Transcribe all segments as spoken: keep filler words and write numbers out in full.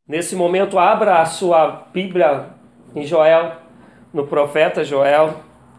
Nesse momento, abra a sua Bíblia em Joel, no profeta Joel,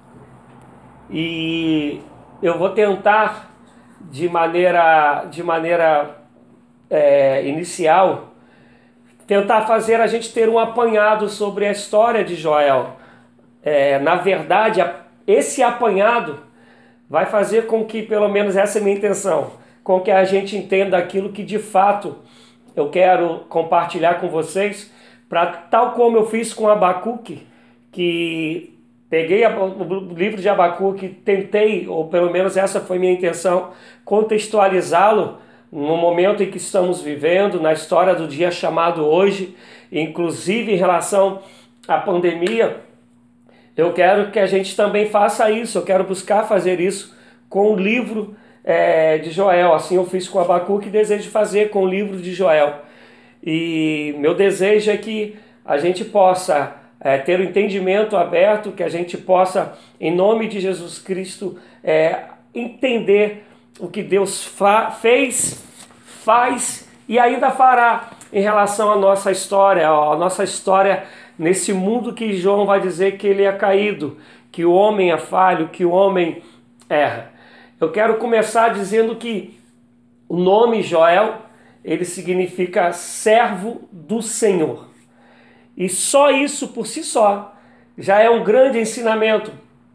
e eu vou tentar, de maneira, de maneira é, inicial, tentar fazer a gente ter um apanhado sobre a história de Joel. É, na verdade, esse apanhado vai fazer com que, pelo menos essa é a minha intenção, com que a gente entenda aquilo que de fato eu quero compartilhar com vocês, para tal como eu fiz com Abacuque, que peguei o livro de Abacuque, tentei, ou pelo menos essa foi minha intenção, contextualizá-lo no momento em que estamos vivendo, na história do dia chamado hoje, inclusive em relação à pandemia. Eu quero que a gente também faça isso, eu quero buscar fazer isso com o livro é, de Joel. Assim eu fiz com Abacuque e desejo fazer com o livro de Joel. E meu desejo é que a gente possa é, ter o entendimento aberto, que a gente possa, em nome de Jesus Cristo, é, entender o que Deus fa- fez, faz e ainda fará em relação à nossa história, a nossa história nesse mundo que João vai dizer que ele é caído, que o homem é falho, que o homem erra. Eu quero começar dizendo que o nome Joel, ele significa servo do Senhor. E só isso por si só já é um grande ensinamento,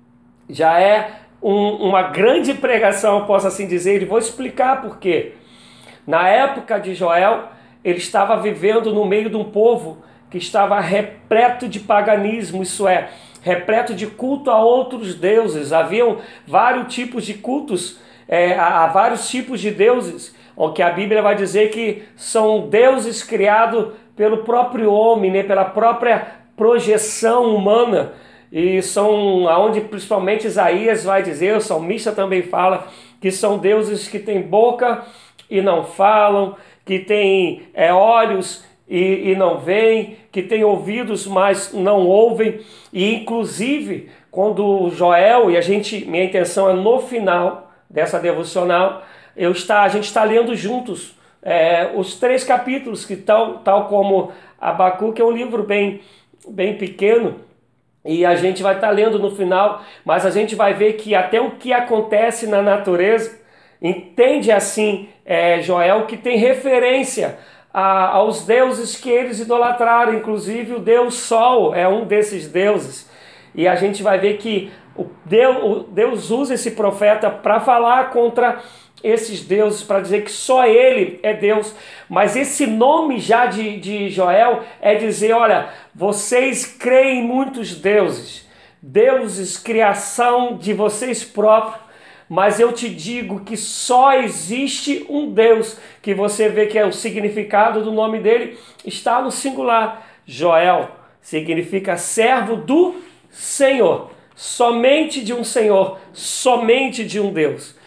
já é um, uma grande pregação, posso assim dizer, e vou explicar por quê. Na época de Joel, ele estava vivendo no meio de um povo que estava repleto de paganismo, isso é, repleto de culto a outros deuses. Haviam vários tipos de cultos, é, há vários tipos de deuses, o que a Bíblia vai dizer que são deuses criados pelo próprio homem, né, pela própria projeção humana, e são aonde principalmente Isaías vai dizer, o salmista também fala, que são deuses que têm boca e não falam, que têm é, olhos e, e não veem, que têm ouvidos, mas não ouvem. E inclusive, quando Joel, e a gente, minha intenção é no final dessa devocional, eu está, a gente está lendo juntos é, os três capítulos, que tal, tal como Abacuque é um livro bem, bem pequeno, e a gente vai estar lendo no final, mas a gente vai ver que até o que acontece na natureza, entende assim é, Joel, que tem referência a, aos deuses que eles idolatraram, inclusive o Deus Sol é um desses deuses. E a gente vai ver que o Deus, o Deus usa esse profeta para falar contra esses deuses, para dizer que só ele é Deus. Mas esse nome já de, de Joel é dizer, olha, vocês creem em muitos deuses, deuses, criação de vocês próprios, mas eu te digo que só existe um Deus, que você vê que é o significado do nome dele, está no singular. Joel significa servo do Senhor, somente de um Senhor, somente de um Deus.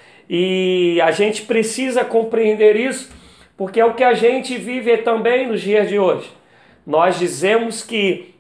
E a gente precisa compreender isso, porque é o que a gente vive também nos dias de hoje. Nós dizemos que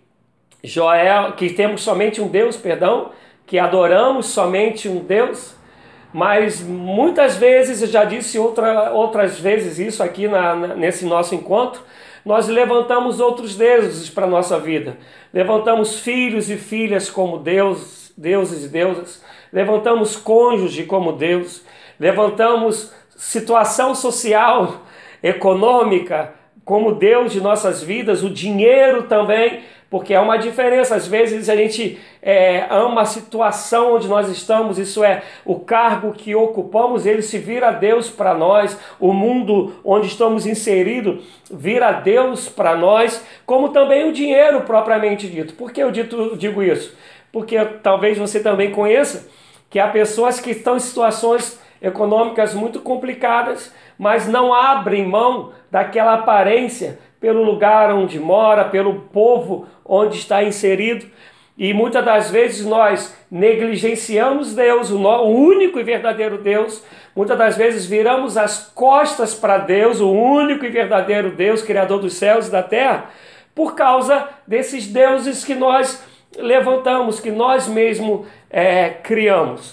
Joel, que temos somente um Deus, perdão, que adoramos somente um Deus, mas muitas vezes, eu já disse outra, outras vezes isso aqui na, nesse nosso encontro, nós levantamos outros deuses para a nossa vida. Levantamos filhos e filhas como Deus, deuses e deusas. Levantamos cônjuge como Deus. Levantamos situação social, econômica, como Deus de nossas vidas. O dinheiro também, porque há uma diferença. Às vezes a gente é, ama a situação onde nós estamos, isso é, o cargo que ocupamos, ele se vira Deus para nós, o mundo onde estamos inseridos vira Deus para nós, como também o dinheiro propriamente dito. Por que eu dito, digo isso? Porque talvez você também conheça que há pessoas que estão em situações econômicas muito complicadas, mas não abrem mão daquela aparência pelo lugar onde mora, pelo povo onde está inserido. E muitas das vezes nós negligenciamos Deus, o único e verdadeiro Deus. Muitas das vezes viramos as costas para Deus, o único e verdadeiro Deus, Criador dos céus e da terra, por causa desses deuses que nós levantamos, que nós mesmos é, criamos.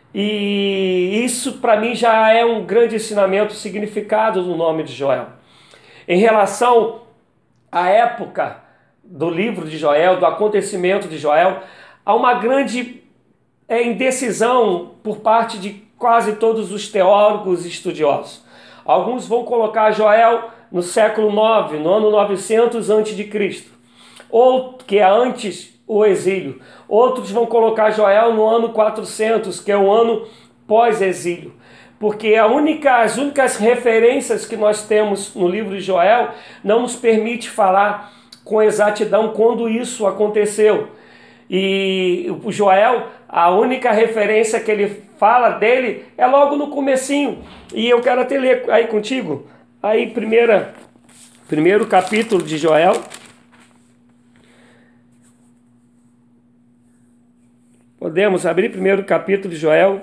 E isso para mim já é um grande ensinamento, significado do nome de Joel. Em relação a época do livro de Joel, do acontecimento de Joel, há uma grande é, indecisão por parte de quase todos os teólogos e estudiosos. Alguns vão colocar Joel no século nove, no ano novecentos antes de Cristo, ou que é antes o exílio. Outros vão colocar Joel no ano quatrocentos, que é o ano pós-exílio. Porque a única, as únicas referências que nós temos no livro de Joel não nos permite falar com exatidão quando isso aconteceu. E o Joel, a única referência que ele fala dele é logo no comecinho. E eu quero até ler aí contigo, aí primeira, primeiro capítulo de Joel. Podemos abrir primeiro capítulo de Joel.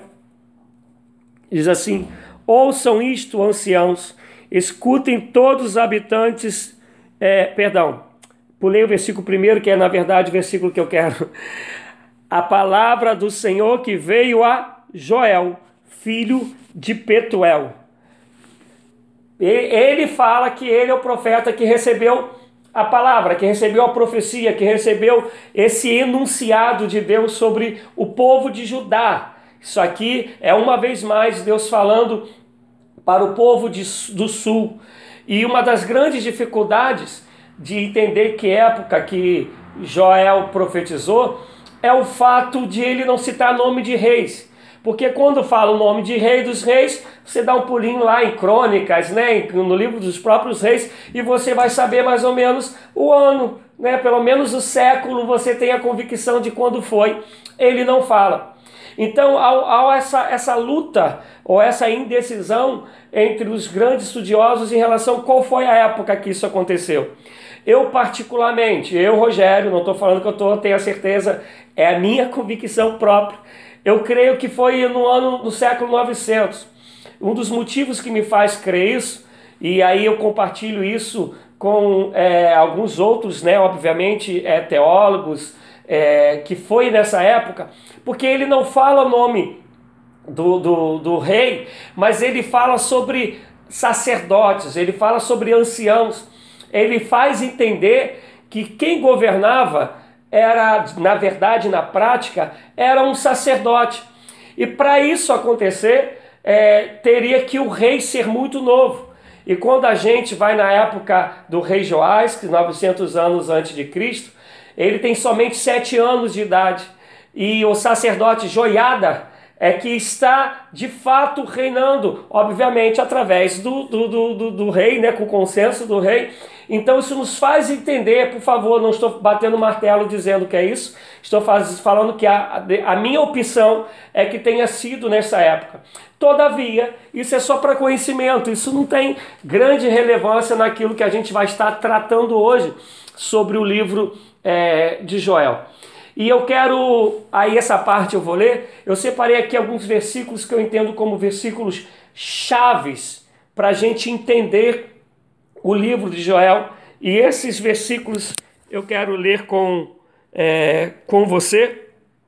Diz assim: ouçam isto, anciãos, escutem todos os habitantes, é, perdão, pulei o versículo primeiro, que é na verdade o versículo que eu quero. A palavra do Senhor que veio a Joel, filho de Petuel. E ele fala que ele é o profeta que recebeu a palavra, que recebeu a profecia, que recebeu esse enunciado de Deus sobre o povo de Judá. Isso aqui é uma vez mais Deus falando para o povo de, do sul. E uma das grandes dificuldades de entender que época que Joel profetizou é o fato de ele não citar nome de reis. Porque quando fala o nome de rei dos reis, você dá um pulinho lá em Crônicas, né, no livro dos próprios reis, e você vai saber mais ou menos o ano, né, pelo menos o século, você tem a convicção de quando foi. Ele não fala. Então, ao, ao essa, essa luta ou essa indecisão entre os grandes estudiosos em relação a qual foi a época que isso aconteceu. Eu particularmente, eu Rogério, não estou falando que eu tô, tenho a certeza, é a minha convicção própria. Eu creio que foi no ano do século novecentos. Um dos motivos que me faz crer isso, e aí eu compartilho isso com é, alguns outros, né, obviamente, é, teólogos, é, que foi nessa época, porque ele não fala o nome do, do, do rei, mas ele fala sobre sacerdotes, ele fala sobre anciãos, ele faz entender que quem governava era, na verdade, na prática, era um sacerdote. E para isso acontecer, é, teria que o rei ser muito novo. E quando a gente vai na época do rei Joás, que novecentos anos antes de Cristo, ele tem somente sete anos de idade. E o sacerdote Joiada é que está de fato reinando, obviamente através do, do, do, do, do rei, né, com o consenso do rei. Então isso nos faz entender, por favor, não estou batendo martelo dizendo que é isso, estou faz, falando que a, a minha opção é que tenha sido nessa época. Todavia, isso é só para conhecimento, isso não tem grande relevância naquilo que a gente vai estar tratando hoje sobre o livro é, de Joel. E eu quero, aí essa parte eu vou ler, eu separei aqui alguns versículos que eu entendo como versículos chaves para a gente entender o livro de Joel. E esses versículos eu quero ler com, é, com você.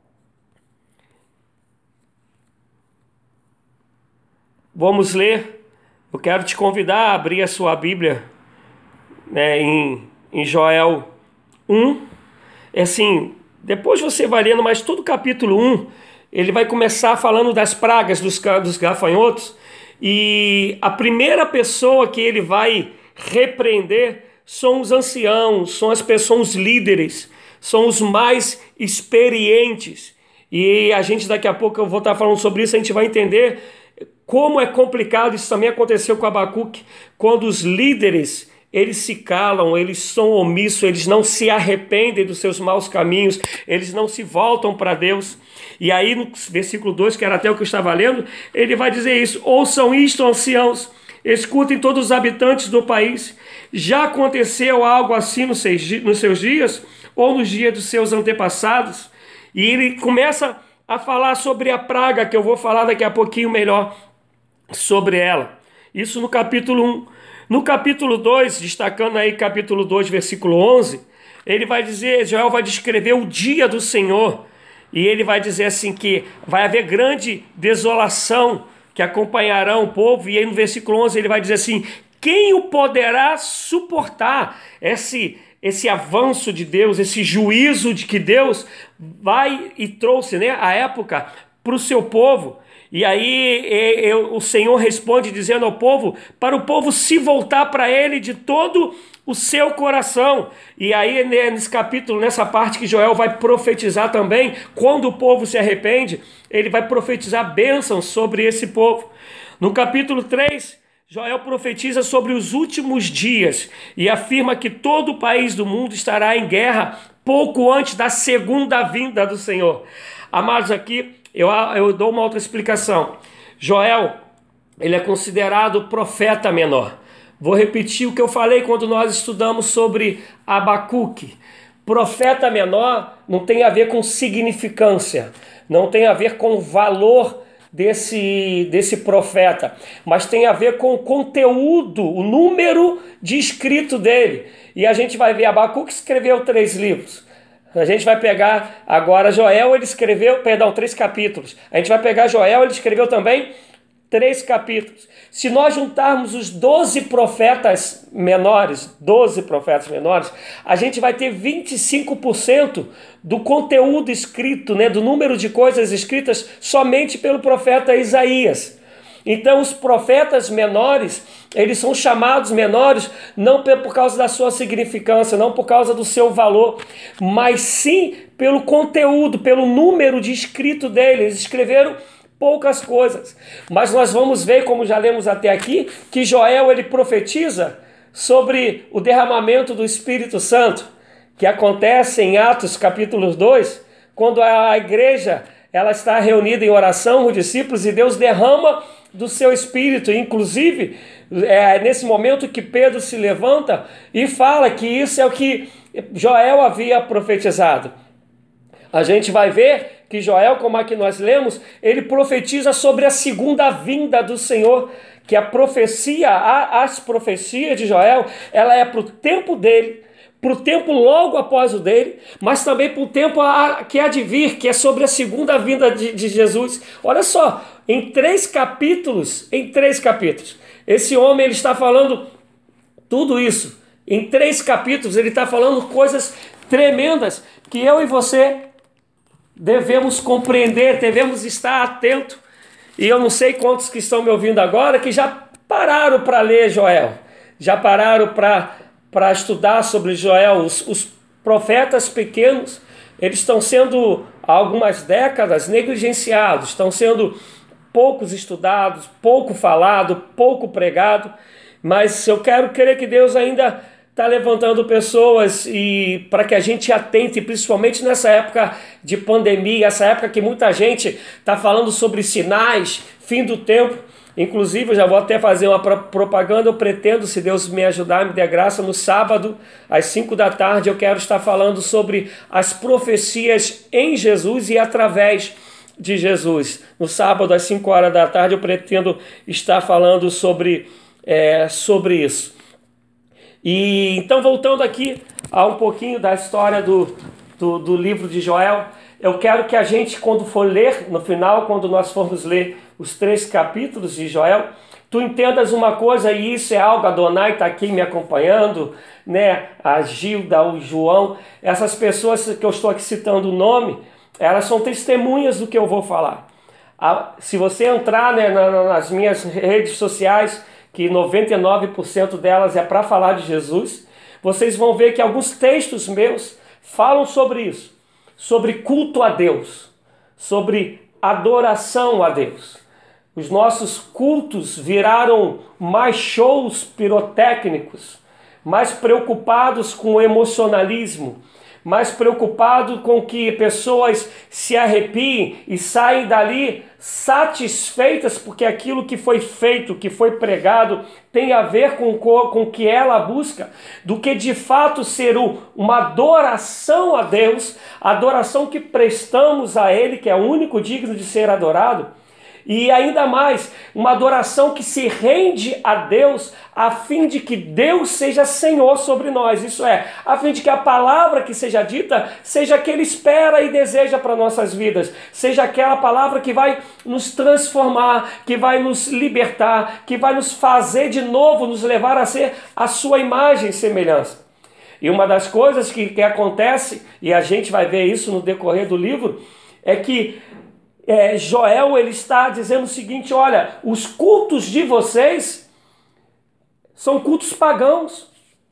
Vamos ler. Eu quero te convidar a abrir a sua Bíblia, né, em, em Joel um. É assim, depois você vai lendo, mas todo o capítulo um, ele vai começar falando das pragas dos, dos gafanhotos, e a primeira pessoa que ele vai repreender são os anciãos, são as pessoas, os líderes, são os mais experientes. E a gente, daqui a pouco eu vou estar falando sobre isso, a gente vai entender como é complicado. Isso também aconteceu com Abacuque, quando os líderes, eles se calam, eles são omissos, eles não se arrependem dos seus maus caminhos, eles não se voltam para Deus. E aí no versículo dois, que era até o que eu estava lendo, ele vai dizer isso: ouçam isto, anciãos, escutem todos os habitantes do país. Já aconteceu algo assim nos seus dias, ou nos dias dos seus antepassados? E ele começa a falar sobre a praga, que eu vou falar daqui a pouquinho melhor sobre ela. Isso no capítulo um. No capítulo dois, destacando aí capítulo dois, versículo onze, ele vai dizer, Joel vai descrever o dia do Senhor, e ele vai dizer assim que vai haver grande desolação que acompanhará o povo, e aí no versículo onze ele vai dizer assim: quem o poderá suportar? Esse, esse avanço de Deus, esse juízo de que Deus vai e trouxe, né, a época para o seu povo. E aí e, e, o Senhor responde dizendo ao povo, para o povo se voltar para ele de todo o seu coração. E aí nesse capítulo, nessa parte que Joel vai profetizar também, quando o povo se arrepende, ele vai profetizar bênçãos sobre esse povo. No capítulo três, Joel profetiza sobre os últimos dias e afirma que todo o país do mundo estará em guerra pouco antes da segunda vinda do Senhor. Amados, aqui eu, eu dou uma outra explicação. Joel, ele é considerado profeta menor. Vou repetir o que eu falei quando nós estudamos sobre Abacuque. Profeta menor não tem a ver com significância, não tem a ver com valor desse, desse profeta, mas tem a ver com o conteúdo, o número de escrito dele. E a gente vai ver, Abacuque escreveu três livros. A gente vai pegar agora Joel, ele escreveu, perdão, três capítulos. A gente vai pegar Joel, ele escreveu também três capítulos. Se nós juntarmos os doze profetas menores, doze profetas menores, a gente vai ter vinte e cinco por cento do conteúdo escrito, né, do número de coisas escritas somente pelo profeta Isaías. Então os profetas menores, eles são chamados menores não por causa da sua significância, não por causa do seu valor, mas sim pelo conteúdo, pelo número de escrito deles. Eles escreveram poucas coisas, mas nós vamos ver, como já lemos até aqui, que Joel ele profetiza sobre o derramamento do Espírito Santo, que acontece em Atos capítulo dois, quando a igreja ela está reunida em oração, os discípulos, e Deus derrama do seu Espírito. Inclusive, é nesse momento que Pedro se levanta e fala que isso é o que Joel havia profetizado. A gente vai ver que Joel, como aqui nós lemos, ele profetiza sobre a segunda vinda do Senhor, que a profecia, as profecias de Joel, ela é para o tempo dele, para o tempo logo após o dele, mas também para o tempo que há de vir, que é sobre a segunda vinda de, de Jesus. Olha só, em três capítulos, em três capítulos, esse homem ele está falando tudo isso. Em três capítulos ele está falando coisas tremendas que eu e você devemos compreender, devemos estar atento. E eu não sei quantos que estão me ouvindo agora que já pararam para ler Joel, já pararam para para estudar sobre Joel. Os, os profetas pequenos, eles estão sendo há algumas décadas negligenciados, estão sendo poucos estudados, pouco falado, pouco pregado, mas eu quero crer que Deus ainda está levantando pessoas e para que a gente atente, principalmente nessa época de pandemia, essa época que muita gente está falando sobre sinais, fim do tempo. Inclusive, eu já vou até fazer uma propaganda, eu pretendo, se Deus me ajudar, me der graça, no sábado, às cinco da tarde, eu quero estar falando sobre as profecias em Jesus e através de Jesus. No sábado, às cinco horas da tarde, eu pretendo estar falando sobre, é, sobre isso. E então, voltando aqui a um pouquinho da história do, do, do livro de Joel, eu quero que a gente, quando for ler, no final, quando nós formos ler os três capítulos de Joel, tu entendas uma coisa, e isso é algo, a Donai está aqui me acompanhando, né? A Gilda, o João, essas pessoas que eu estou aqui citando o nome, elas são testemunhas do que eu vou falar. Se você entrar, né, nas minhas redes sociais, que noventa e nove por cento delas é para falar de Jesus, vocês vão ver que alguns textos meus falam sobre isso, sobre culto a Deus, sobre adoração a Deus. Os nossos cultos viraram mais shows pirotécnicos, mais preocupados com o emocionalismo, mais preocupados com que pessoas se arrepiem e saem dali satisfeitas porque aquilo que foi feito, que foi pregado, tem a ver com, com o que ela busca, do que de fato ser uma adoração a Deus, adoração que prestamos a Ele, que é o único digno de ser adorado. E ainda mais, uma adoração que se rende a Deus a fim de que Deus seja Senhor sobre nós. Isso é, a fim de que a palavra que seja dita seja a que Ele espera e deseja para nossas vidas. Seja aquela palavra que vai nos transformar, que vai nos libertar, que vai nos fazer de novo, nos levar a ser a sua imagem e semelhança. E uma das coisas que, que acontece, e a gente vai ver isso no decorrer do livro, é que É, Joel ele está dizendo o seguinte: olha, os cultos de vocês são cultos pagãos.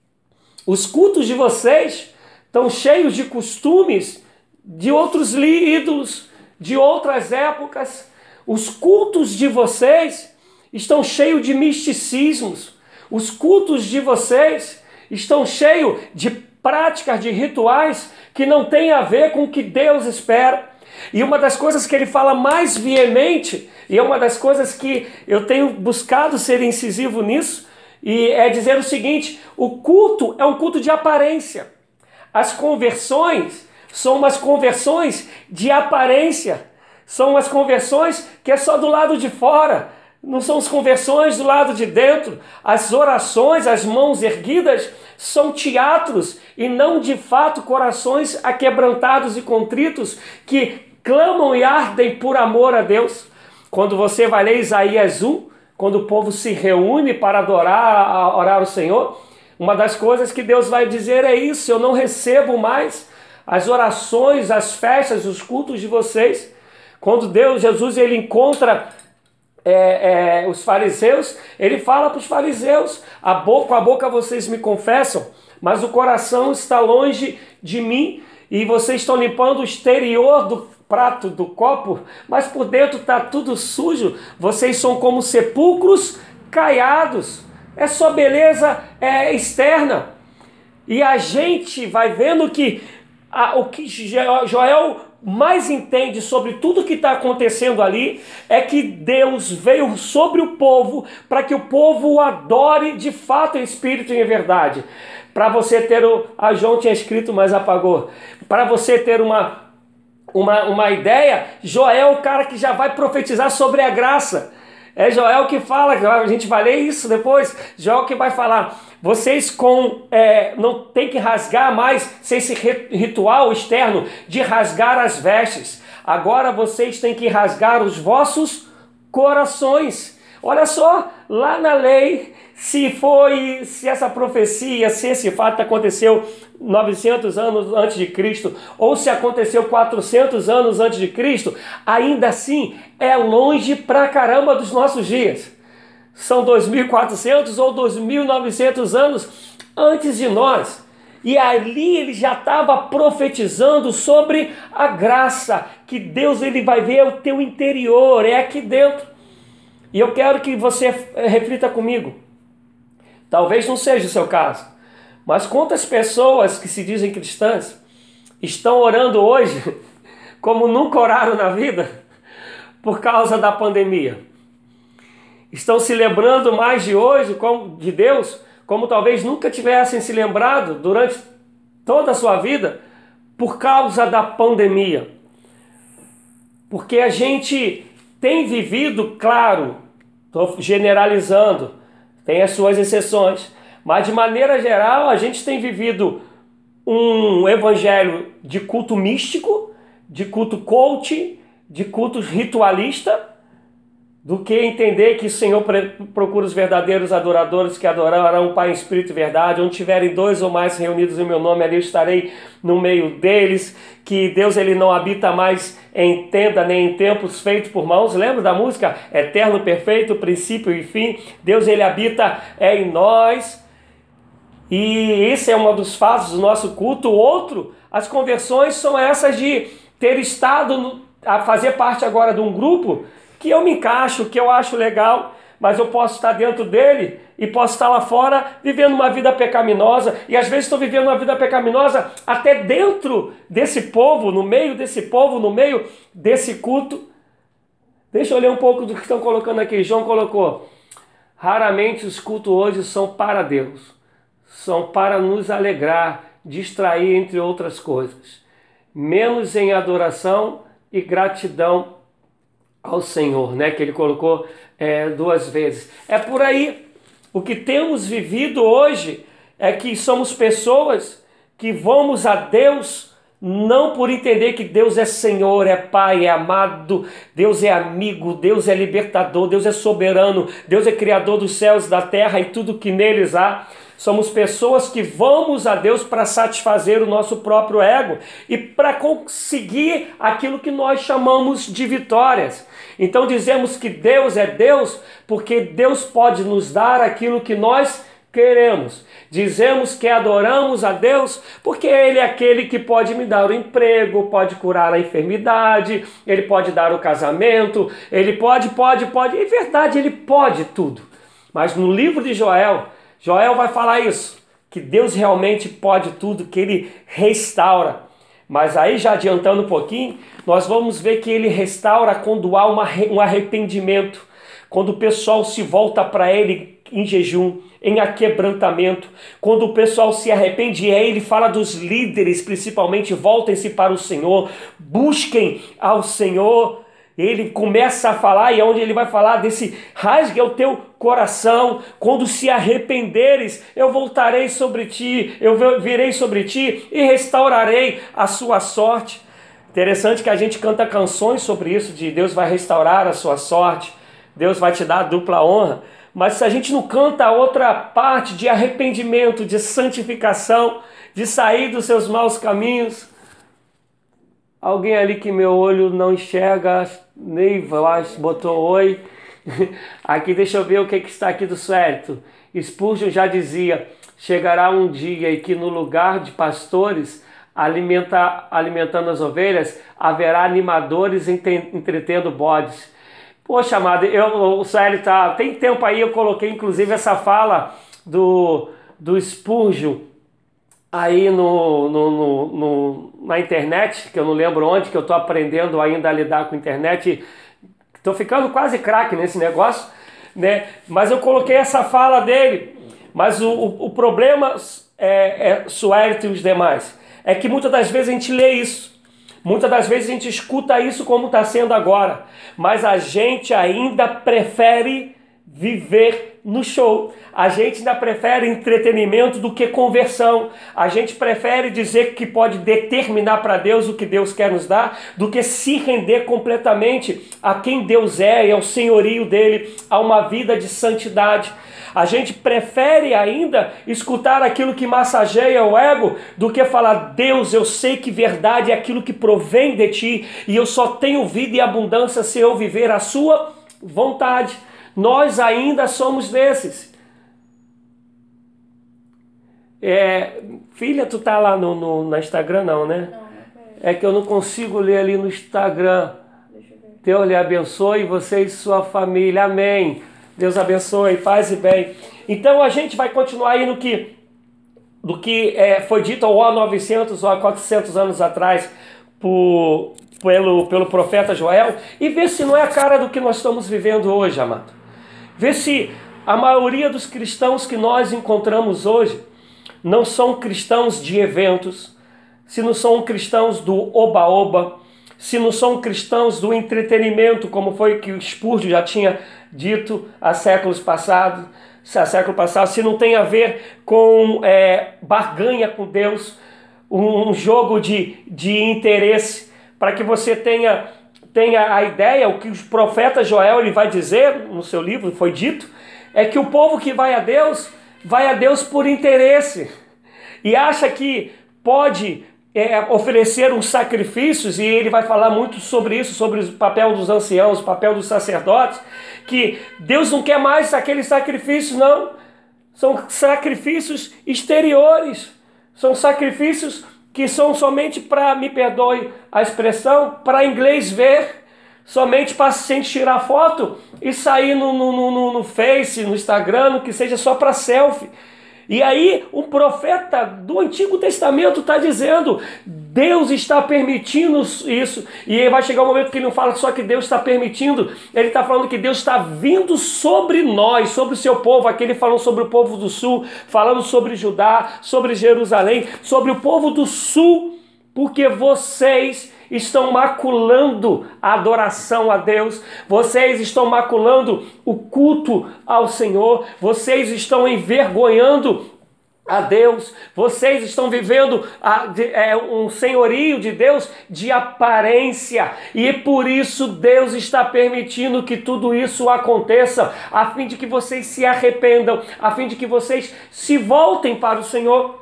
Os cultos de vocês estão cheios de costumes de outros ídolos, de outras épocas. Os cultos de vocês estão cheios de misticismos. Os cultos de vocês estão cheios de práticas, de rituais que não têm a ver com o que Deus espera. E uma das coisas que ele fala mais veemente, e é uma das coisas que eu tenho buscado ser incisivo nisso, e é dizer o seguinte: o culto é um culto de aparência. As conversões são umas conversões de aparência, são umas conversões que é só do lado de fora, não são as conversões do lado de dentro. As orações, as mãos erguidas, são teatros e não de fato corações aquebrantados e contritos que clamam e ardem por amor a Deus. Quando você vai ler Isaías um, quando o povo se reúne para adorar, orar o Senhor, uma das coisas que Deus vai dizer é isso: eu não recebo mais as orações, as festas, os cultos de vocês. Quando Deus, Jesus, ele encontra é, é, os fariseus, ele fala para os fariseus: a boca, com a boca vocês me confessam, mas o coração está longe de mim, e vocês estão limpando o exterior do prato, do copo, mas por dentro está tudo sujo. Vocês são como sepulcros caiados. É só beleza é, externa. E a gente vai vendo que a, o que Joel mais entende sobre tudo que está acontecendo ali é que Deus veio sobre o povo para que o povo o adore de fato em espírito e em verdade. Para você ter o... A João tinha escrito, mas apagou. Para você ter uma... Uma, uma ideia, Joel é o cara que já vai profetizar sobre a graça. É Joel que fala, a gente vai ler isso depois. Joel que vai falar: vocês com, é, não tem que rasgar mais, sem esse ritual externo de rasgar as vestes. Agora vocês têm que rasgar os vossos corações. Olha só, lá na lei, se foi, se essa profecia, se esse fato aconteceu novecentos anos antes de Cristo, ou se aconteceu quatrocentos anos antes de Cristo, ainda assim é longe pra caramba dos nossos dias. São dois mil e quatrocentos ou dois mil e novecentos anos antes de nós. E ali ele já estava profetizando sobre a graça, que Deus ele vai ver o teu interior, é aqui dentro. E eu quero que você reflita comigo. Talvez não seja o seu caso, mas quantas pessoas que se dizem cristãs estão orando hoje como nunca oraram na vida por causa da pandemia? Estão se lembrando mais de hoje, de Deus, como talvez nunca tivessem se lembrado durante toda a sua vida por causa da pandemia. Porque a gente tem vivido, claro, estou generalizando, tem as suas exceções, mas de maneira geral a gente tem vivido um evangelho de culto místico, de culto coaching, de culto ritualista, do que entender que o Senhor procura os verdadeiros adoradores que adorarão o Pai em espírito e verdade. Onde tiverem dois ou mais reunidos em meu nome, ali eu estarei no meio deles. Que Deus ele não habita mais em tenda nem em templos feitos por mãos. Lembra da música? Eterno, perfeito, princípio e fim. Deus ele habita é em nós. E esse é um dos fatos do nosso culto. O outro, as conversões são essas de ter estado no, a fazer parte agora de um grupo que eu me encaixo, que eu acho legal, mas eu posso estar dentro dele e posso estar lá fora vivendo uma vida pecaminosa, e às vezes estou vivendo uma vida pecaminosa até dentro desse povo, no meio desse povo, no meio desse culto. Deixa eu ler um pouco do que estão colocando aqui. João colocou: raramente os cultos hoje são para Deus, são para nos alegrar, distrair, entre outras coisas, menos em adoração e gratidão ao Senhor, né? Que ele colocou é, duas vezes. É por aí. O que temos vivido hoje é que somos pessoas que vamos a Deus não por entender que Deus é Senhor, é Pai, é amado, Deus é amigo, Deus é libertador, Deus é soberano, Deus é criador dos céus e da terra e tudo que neles há. Somos pessoas que vamos a Deus para satisfazer o nosso próprio ego e para conseguir aquilo que nós chamamos de vitórias. Então dizemos que Deus é Deus porque Deus pode nos dar aquilo que nós queremos. Dizemos que adoramos a Deus porque Ele é aquele que pode me dar o emprego, pode curar a enfermidade, Ele pode dar o casamento, Ele pode, pode, pode. É verdade, Ele pode tudo. Mas no livro de Joel, Joel vai falar isso, que Deus realmente pode tudo, que Ele restaura. Mas aí, já adiantando um pouquinho, nós vamos ver que Ele restaura quando há uma, um arrependimento, quando o pessoal se volta para Ele em jejum, em aquebrantamento, quando o pessoal se arrepende, e aí ele fala dos líderes, principalmente, voltem-se para o Senhor, busquem ao Senhor. Ele começa a falar, e é onde ele vai falar desse rasgue o teu coração, quando se arrependeres, eu voltarei sobre ti, eu virei sobre ti e restaurarei a sua sorte. Interessante que a gente canta canções sobre isso, de Deus vai restaurar a sua sorte, Deus vai te dar a dupla honra. Mas se a gente não canta a outra parte de arrependimento, de santificação, de sair dos seus maus caminhos. Alguém ali que meu olho não enxerga, Neiva, eu acho, botou oi. Aqui, deixa eu ver o que, que está aqui do certo. Spurgeon já dizia, chegará um dia em que no lugar de pastores alimenta, alimentando as ovelhas, haverá animadores entretendo bodes. Poxa, amado, eu, o Sueli tá, tem tempo aí, eu coloquei inclusive essa fala do, do Spurgeon aí no, no, no, no, na internet, que eu não lembro onde, que eu estou aprendendo ainda a lidar com a internet, estou ficando quase craque nesse negócio, né? Mas eu coloquei essa fala dele, mas o, o, o problema, é, é, Sueli e os demais, é que muitas das vezes a gente lê isso, muitas das vezes a gente escuta isso como está sendo agora, mas a gente ainda prefere viver no show. A gente ainda prefere entretenimento do que conversão. A gente prefere dizer que pode determinar para Deus o que Deus quer nos dar, do que se render completamente a quem Deus é e ao senhorio dele, a uma vida de santidade. A gente prefere ainda escutar aquilo que massageia o ego do que falar, Deus, eu sei que verdade é aquilo que provém de ti e eu só tenho vida e abundância se eu viver a sua vontade. Nós ainda somos desses. É, filha, tu tá lá no, no na Instagram não, né? Não, não é que eu não consigo ler ali no Instagram. Deixa eu ver. Deus lhe abençoe, você e sua família. Amém. Deus abençoe, paz e bem. Então a gente vai continuar aí no que, do que é, foi dito há novecentos ou há quatrocentos anos atrás por, pelo, pelo profeta Joel e ver se não é a cara do que nós estamos vivendo hoje, amado. Ver se a maioria dos cristãos que nós encontramos hoje não são cristãos de eventos, se não são cristãos do oba-oba, se não são cristãos do entretenimento, como foi que o Spurgeon já tinha dito há séculos passados, há século passado, se não tem a ver com é, barganha com Deus, um, um jogo de, de interesse, para que você tenha, tenha a ideia, o que o profeta Joel ele vai dizer no seu livro, foi dito, é que o povo que vai a Deus, vai a Deus por interesse, e acha que pode É, oferecer uns sacrifícios, e ele vai falar muito sobre isso, sobre o papel dos anciãos, o papel dos sacerdotes, que Deus não quer mais aqueles sacrifícios, não. São sacrifícios exteriores, são sacrifícios que são somente para, me perdoe a expressão, para inglês ver, somente para a gente tirar foto e sair no, no, no, no Face, no Instagram, no que seja só para selfie. E aí um profeta do Antigo Testamento está dizendo, Deus está permitindo isso. E vai chegar um momento que ele não fala só que Deus está permitindo, ele está falando que Deus está vindo sobre nós, sobre o seu povo. Aqui ele falou sobre o povo do sul, falando sobre Judá, sobre Jerusalém, sobre o povo do sul, porque vocês estão maculando a adoração a Deus, vocês estão maculando o culto ao Senhor, vocês estão envergonhando a Deus, vocês estão vivendo a, de, é, um senhorio de Deus de aparência, e por isso Deus está permitindo que tudo isso aconteça, a fim de que vocês se arrependam, a fim de que vocês se voltem para o Senhor.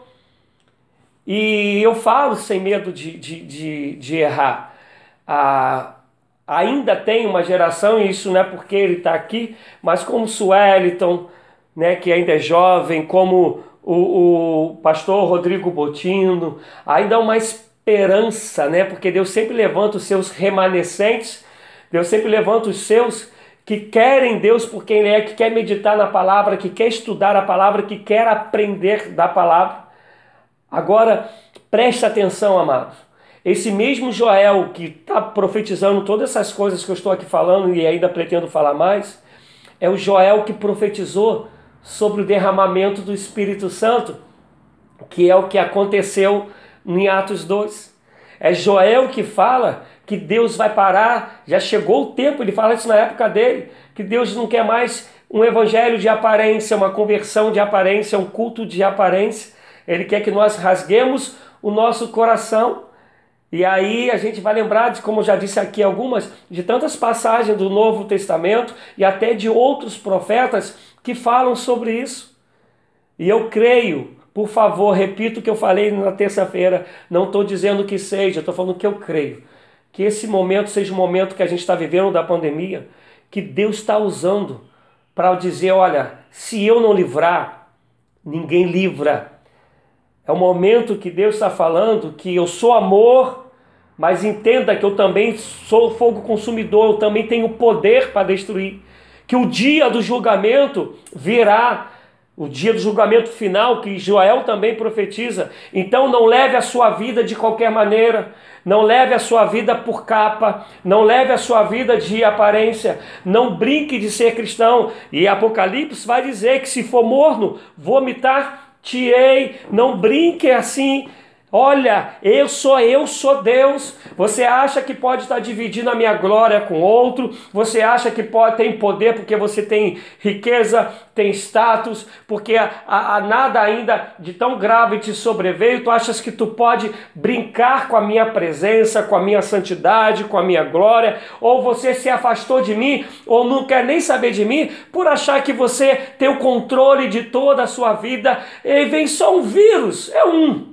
E eu falo sem medo de, de, de, de errar. Ah, ainda tem uma geração, e isso não é porque ele está aqui, mas como Sueliton, né, que ainda é jovem, como o, o pastor Rodrigo Botino, ainda há uma esperança, né, porque Deus sempre levanta os seus remanescentes, Deus sempre levanta os seus que querem Deus por quem Ele é, que quer meditar na palavra, que quer estudar a palavra, que quer aprender da palavra. Agora, preste atenção, amados. Esse mesmo Joel que está profetizando todas essas coisas que eu estou aqui falando e ainda pretendo falar mais, é o Joel que profetizou sobre o derramamento do Espírito Santo, que é o que aconteceu em Atos dois. É Joel que fala que Deus vai parar, já chegou o tempo, ele fala isso na época dele, que Deus não quer mais um evangelho de aparência, uma conversão de aparência, um culto de aparência. Ele quer que nós rasguemos o nosso coração. E aí a gente vai lembrar, de, como eu já disse aqui algumas, de tantas passagens do Novo Testamento e até de outros profetas que falam sobre isso. E eu creio, por favor, repito o que eu falei na terça-feira, não estou dizendo que seja, estou falando que eu creio. Que esse momento seja o momento que a gente está vivendo da pandemia, que Deus está usando para dizer, olha, se eu não livrar, ninguém livra. É o momento que Deus está falando que eu sou amor, mas entenda que eu também sou fogo consumidor, eu também tenho poder para destruir. Que o dia do julgamento virá, o dia do julgamento final, que Joel também profetiza. Então não leve a sua vida de qualquer maneira, não leve a sua vida por capa, não leve a sua vida de aparência, não brinque de ser cristão. E Apocalipse vai dizer que se for morno, vomitar te-ei, não brinque assim. Olha, eu sou eu sou Deus. Você acha que pode estar dividindo a minha glória com outro? Você acha que pode tem poder porque você tem riqueza, tem status, porque a, a, a nada ainda de tão grave te sobreveio? Tu achas que tu pode brincar com a minha presença, com a minha santidade, com a minha glória? Ou você se afastou de mim, ou não quer nem saber de mim, por achar que você tem o controle de toda a sua vida? E vem só um vírus, é um.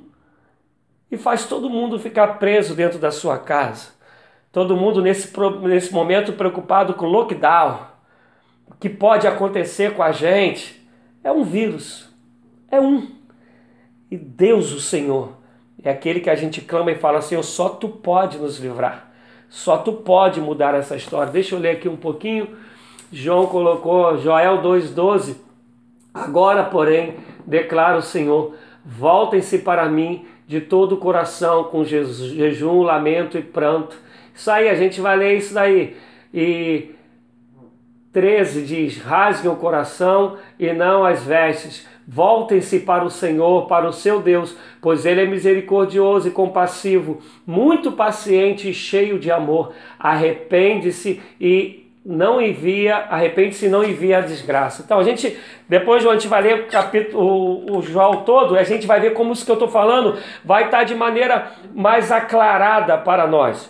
E faz todo mundo ficar preso dentro da sua casa. Todo mundo nesse, nesse momento preocupado com o lockdown. O que pode acontecer com a gente? É um vírus. É um. E Deus, o Senhor, é aquele que a gente clama e fala, Senhor, só Tu pode nos livrar. Só Tu pode mudar essa história. Deixa eu ler aqui um pouquinho. João colocou, Joel dois, doze. Agora, porém, declara o Senhor, voltem-se para mim de todo o coração, com jejum, lamento e pranto. Isso aí, a gente vai ler isso daí. E treze diz, rasguem o coração e não as vestes. Voltem-se para o Senhor, para o seu Deus, pois Ele é misericordioso e compassivo, muito paciente e cheio de amor. Arrepende-se e não envia, arrepende-se e não envia a desgraça. Então a gente, depois a gente vai ler o capítulo, o, o Joel todo, e a gente vai ver como isso que eu estou falando vai estar de maneira mais aclarada para nós.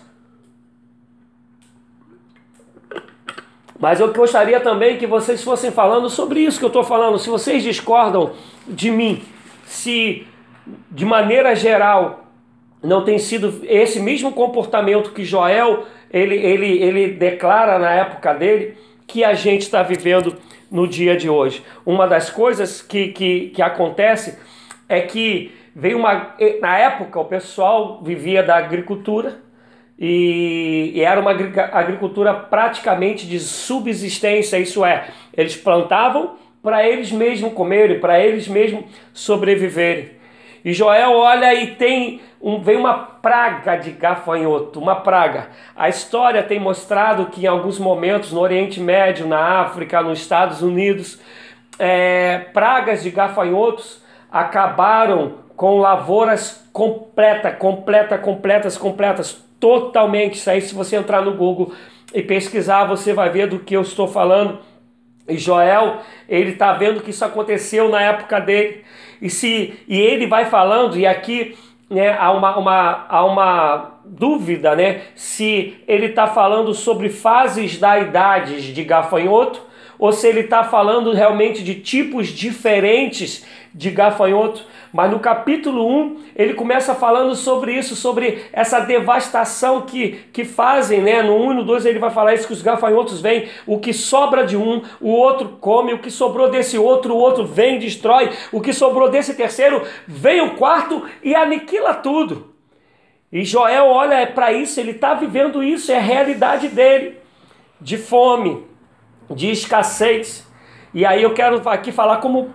Mas eu gostaria também que vocês fossem falando sobre isso que eu estou falando. Se vocês discordam de mim, se de maneira geral não tem sido esse mesmo comportamento que Joel Ele, ele, ele declara na época dele, que a gente está vivendo no dia de hoje. Uma das coisas que, que, que acontece é que veio uma... Na época o pessoal vivia da agricultura e, e era uma agricultura praticamente de subsistência, isso é, eles plantavam para eles mesmos comerem, para eles mesmos sobreviverem. E Joel olha e tem um, vem uma praga de gafanhoto, uma praga. A história tem mostrado que em alguns momentos no Oriente Médio, na África, nos Estados Unidos, é, pragas de gafanhotos acabaram com lavouras completa, completa, completas, completas, totalmente. Isso aí, se você entrar no Google e pesquisar, você vai ver do que eu estou falando. E Joel, ele está vendo que isso aconteceu na época dele. E, se, e ele vai falando, e aqui, né, há, uma, uma, há uma dúvida, né, se ele está falando sobre fases da idade de gafanhoto, ou se ele está falando realmente de tipos diferentes de gafanhoto. Mas no capítulo um, ele começa falando sobre isso, sobre essa devastação que, que fazem, né? No um e no dois ele vai falar isso, que os gafanhotos vêm, o que sobra de um, o outro come, o que sobrou desse outro, o outro vem e destrói, o que sobrou desse terceiro, vem o quarto e aniquila tudo. E Joel olha para isso, ele está vivendo isso, é a realidade dele, de fome, de escassez. E aí eu quero aqui falar como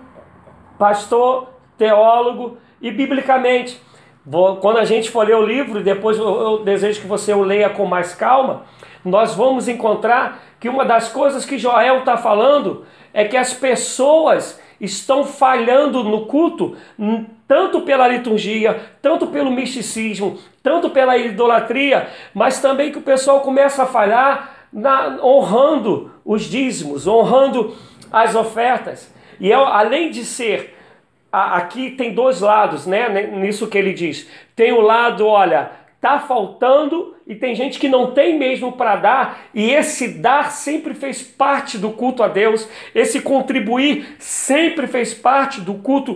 pastor, teólogo e biblicamente. Vou, quando a gente for ler o livro, e depois eu, eu desejo que você o leia com mais calma, nós vamos encontrar que uma das coisas que Joel está falando é que as pessoas estão falhando no culto, tanto pela liturgia, tanto pelo misticismo, tanto pela idolatria, mas também que o pessoal começa a falhar na, honrando os dízimos, honrando as ofertas. E eu, além de ser, aqui tem dois lados, né, nisso que ele diz. Tem o lado, olha, tá faltando e tem gente que não tem mesmo para dar, e esse dar sempre fez parte do culto a Deus, esse contribuir sempre fez parte do culto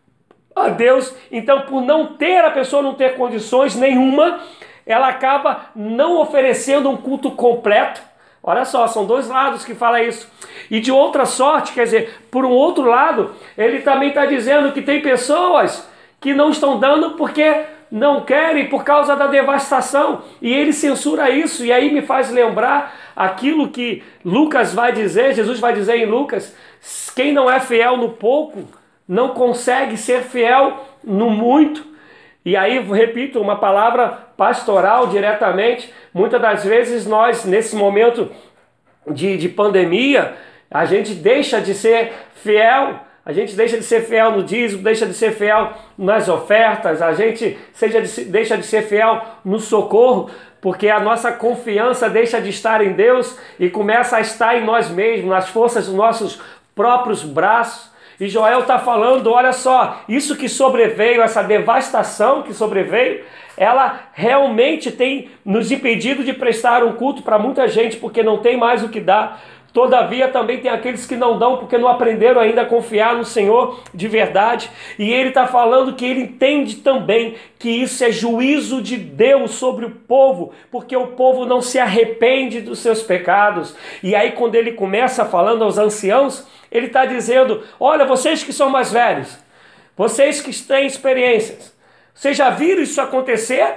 a Deus. Então, por não ter, a pessoa não ter condições nenhuma, ela acaba não oferecendo um culto completo. Olha só, são dois lados que fala isso. E de outra sorte, quer dizer, por um outro lado, ele também está dizendo que tem pessoas que não estão dando porque não querem, por causa da devastação. E ele censura isso, e aí me faz lembrar aquilo que Lucas vai dizer, Jesus vai dizer em Lucas: quem não é fiel no pouco, não consegue ser fiel no muito. E aí, repito, uma palavra pastoral diretamente. Muitas das vezes nós, nesse momento de, de pandemia, a gente deixa de ser fiel, a gente deixa de ser fiel no dízimo, deixa de ser fiel nas ofertas, a gente seja de, deixa de ser fiel no socorro, porque a nossa confiança deixa de estar em Deus e começa a estar em nós mesmos, nas forças dos nossos próprios braços. E Joel está falando, olha só, isso que sobreveio, essa devastação que sobreveio, ela realmente tem nos impedido de prestar um culto para muita gente, porque não tem mais o que dar. Todavia também tem aqueles que não dão porque não aprenderam ainda a confiar no Senhor de verdade. E ele está falando que ele entende também que isso é juízo de Deus sobre o povo, porque o povo não se arrepende dos seus pecados. E aí quando ele começa falando aos anciãos, ele está dizendo: olha, vocês que são mais velhos, vocês que têm experiências, vocês já viram isso acontecer?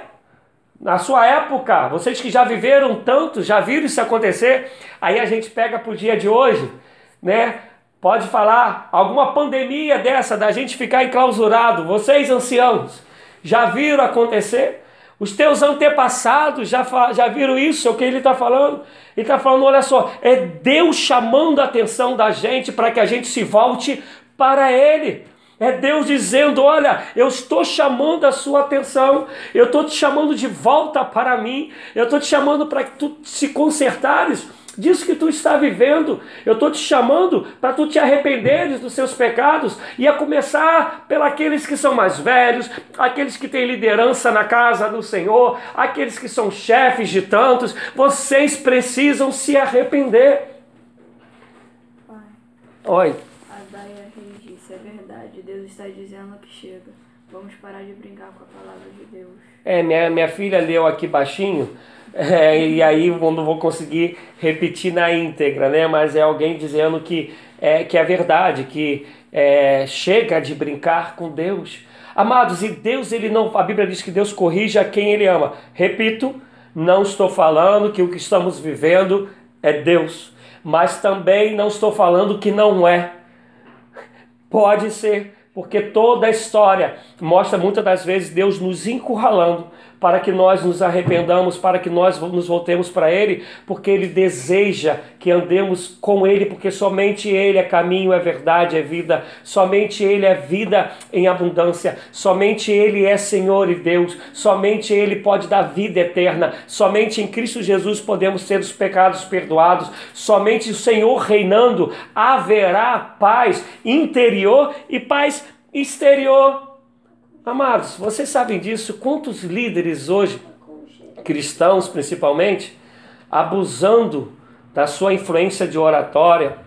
Na sua época, vocês que já viveram tanto, já viram isso acontecer? Aí a gente pega para o dia de hoje, né? Pode falar alguma pandemia dessa, da gente ficar enclausurado. Vocês anciãos, já viram acontecer? Os teus antepassados já, já viram isso? É o que ele está falando? Ele está falando, olha só, é Deus chamando a atenção da gente para que a gente se volte para Ele. É Deus dizendo, olha, eu estou chamando a sua atenção, eu estou te chamando de volta para mim, eu estou te chamando para que tu se consertares disso que tu está vivendo, eu estou te chamando para tu te arrependeres dos seus pecados, e a começar pelos que são mais velhos, aqueles que têm liderança na casa do Senhor, aqueles que são chefes de tantos. Vocês precisam se arrepender. Pai. Oi. Isso é verdade, Deus está dizendo que chega. Vamos parar de brincar com a palavra de Deus. É, minha, minha filha leu aqui baixinho, é, e aí eu não vou conseguir repetir na íntegra, né? Mas é alguém dizendo que é, que é verdade, que é, chega de brincar com Deus. Amados, e Deus, ele não, a Bíblia diz que Deus corrige a quem Ele ama. Repito, não estou falando que o que estamos vivendo é Deus, mas também não estou falando que não é. Pode ser Porque toda a história mostra muitas das vezes Deus nos encurralando para que nós nos arrependamos, para que nós nos voltemos para Ele, porque Ele deseja que andemos com Ele, porque somente Ele é caminho, é verdade, é vida, somente Ele é vida em abundância, somente Ele é Senhor e Deus, somente Ele pode dar vida eterna, somente em Cristo Jesus podemos ter os pecados perdoados, somente o Senhor reinando haverá paz interior e paz exterior. Amados, vocês sabem disso? Quantos líderes hoje, cristãos principalmente, abusando da sua influência de oratória,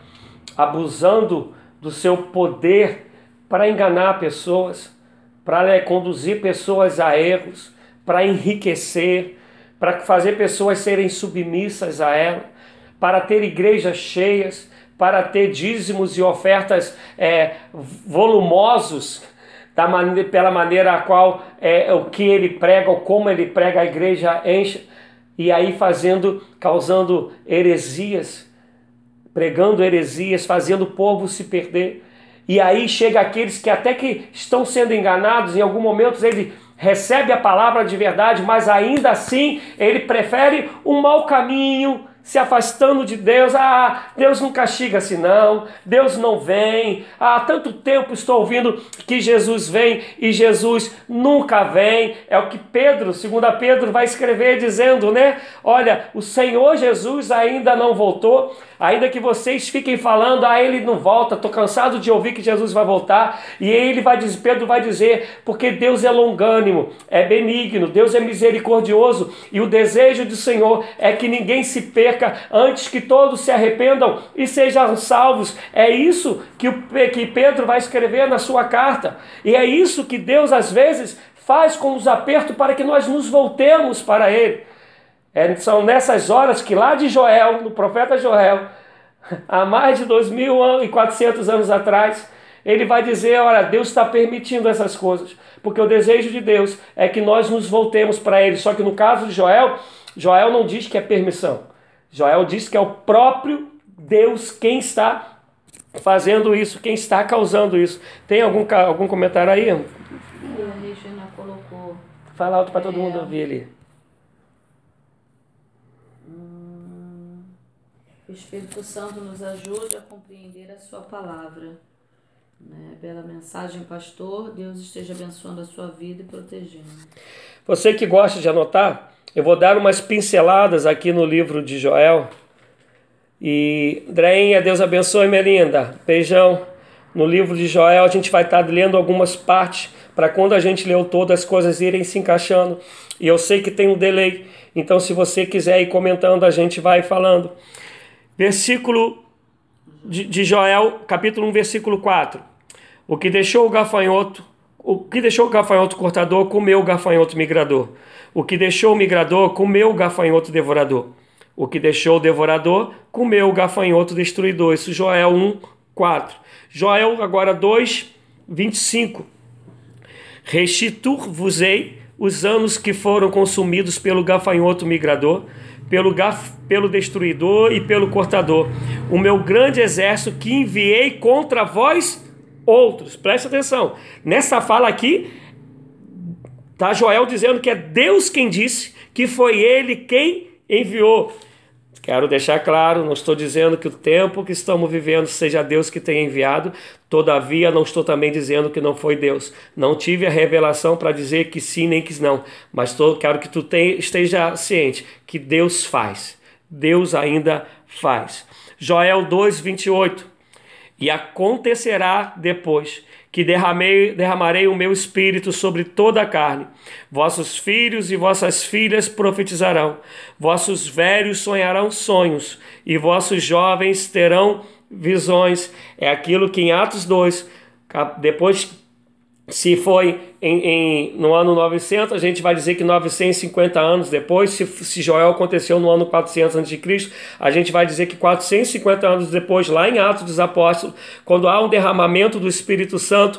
abusando do seu poder para enganar pessoas, para conduzir pessoas a erros, para enriquecer, para fazer pessoas serem submissas a ela, para ter igrejas cheias, para ter dízimos e ofertas é, volumosos, da maneira, pela maneira a qual é, o que ele prega, ou como ele prega, a igreja enche, e aí fazendo, causando heresias, pregando heresias, fazendo o povo se perder. E aí chega aqueles que até que estão sendo enganados, em algum momento ele recebe a palavra de verdade, mas ainda assim ele prefere um mau caminho, se afastando de Deus. Ah, Deus não castiga assim não, Deus não vem, há tanto tempo estou ouvindo que Jesus vem e Jesus nunca vem. É o que Pedro, segundo Pedro, vai escrever dizendo, né? Olha, o Senhor Jesus ainda não voltou, ainda que vocês fiquem falando, ah, ele não volta, estou cansado de ouvir que Jesus vai voltar, e ele vai dizer, Pedro vai dizer, porque Deus é longânimo, é benigno, Deus é misericordioso, e o desejo do Senhor é que ninguém se perca, antes que todos se arrependam e sejam salvos. É isso que, o, que Pedro vai escrever na sua carta, e é isso que Deus às vezes faz com os apertos para que nós nos voltemos para Ele. É, são nessas horas que lá de Joel, no profeta Joel, há mais de dois mil e quatrocentos anos atrás, ele vai dizer, olha, Deus está permitindo essas coisas, porque o desejo de Deus é que nós nos voltemos para Ele. Só que no caso de Joel, Joel não diz que é permissão, Joel diz que é o próprio Deus quem está fazendo isso, quem está causando isso. Tem algum, algum comentário aí? A Regina colocou. Fala alto para todo é... mundo ouvir ali. Hum... O Espírito Santo nos ajude a compreender a sua palavra. Né? Bela mensagem, pastor. Deus esteja abençoando a sua vida e protegendo. Você que gosta de anotar, eu vou dar umas pinceladas aqui no livro de Joel. E, Andreinha, Deus abençoe, minha linda. Beijão. No livro de Joel a gente vai estar lendo algumas partes, para quando a gente leu todas as coisas irem se encaixando. E eu sei que tem um delay, então se você quiser ir comentando, a gente vai falando. Versículo de, de Joel, capítulo um, versículo quatro. O que deixou o gafanhoto, o que deixou o gafanhoto cortador, comeu o gafanhoto migrador. O que deixou o migrador, comeu o gafanhoto devorador. O que deixou o devorador, comeu o gafanhoto destruidor. Isso Joel um, quatro. Joel agora dois, vinte e cinco. Restituir-vos-ei os anos que foram consumidos pelo gafanhoto migrador, pelo, gaf, pelo destruidor e pelo cortador. O meu grande exército que enviei contra vós outros. Presta atenção. Nessa fala aqui, está Joel dizendo que é Deus quem disse, que foi Ele quem enviou. Quero deixar claro, não estou dizendo que o tempo que estamos vivendo seja Deus que tenha enviado, todavia não estou também dizendo que não foi Deus. Não tive a revelação para dizer que sim nem que não, mas tô, quero que tu te, esteja ciente que Deus faz, Deus ainda faz. Joel dois, vinte e oito. E acontecerá depois que derramei, derramarei o meu espírito sobre toda a carne. Vossos filhos e vossas filhas profetizarão. Vossos velhos sonharão sonhos. E vossos jovens terão visões. É aquilo que em Atos dois, depois, se foi em, em, no ano novecentos, a gente vai dizer que novecentos e cinquenta anos depois. Se, se Joel aconteceu no ano quatrocentos antes de Cristo, a gente vai dizer que quatrocentos e cinquenta anos depois, lá em Atos dos Apóstolos, quando há um derramamento do Espírito Santo,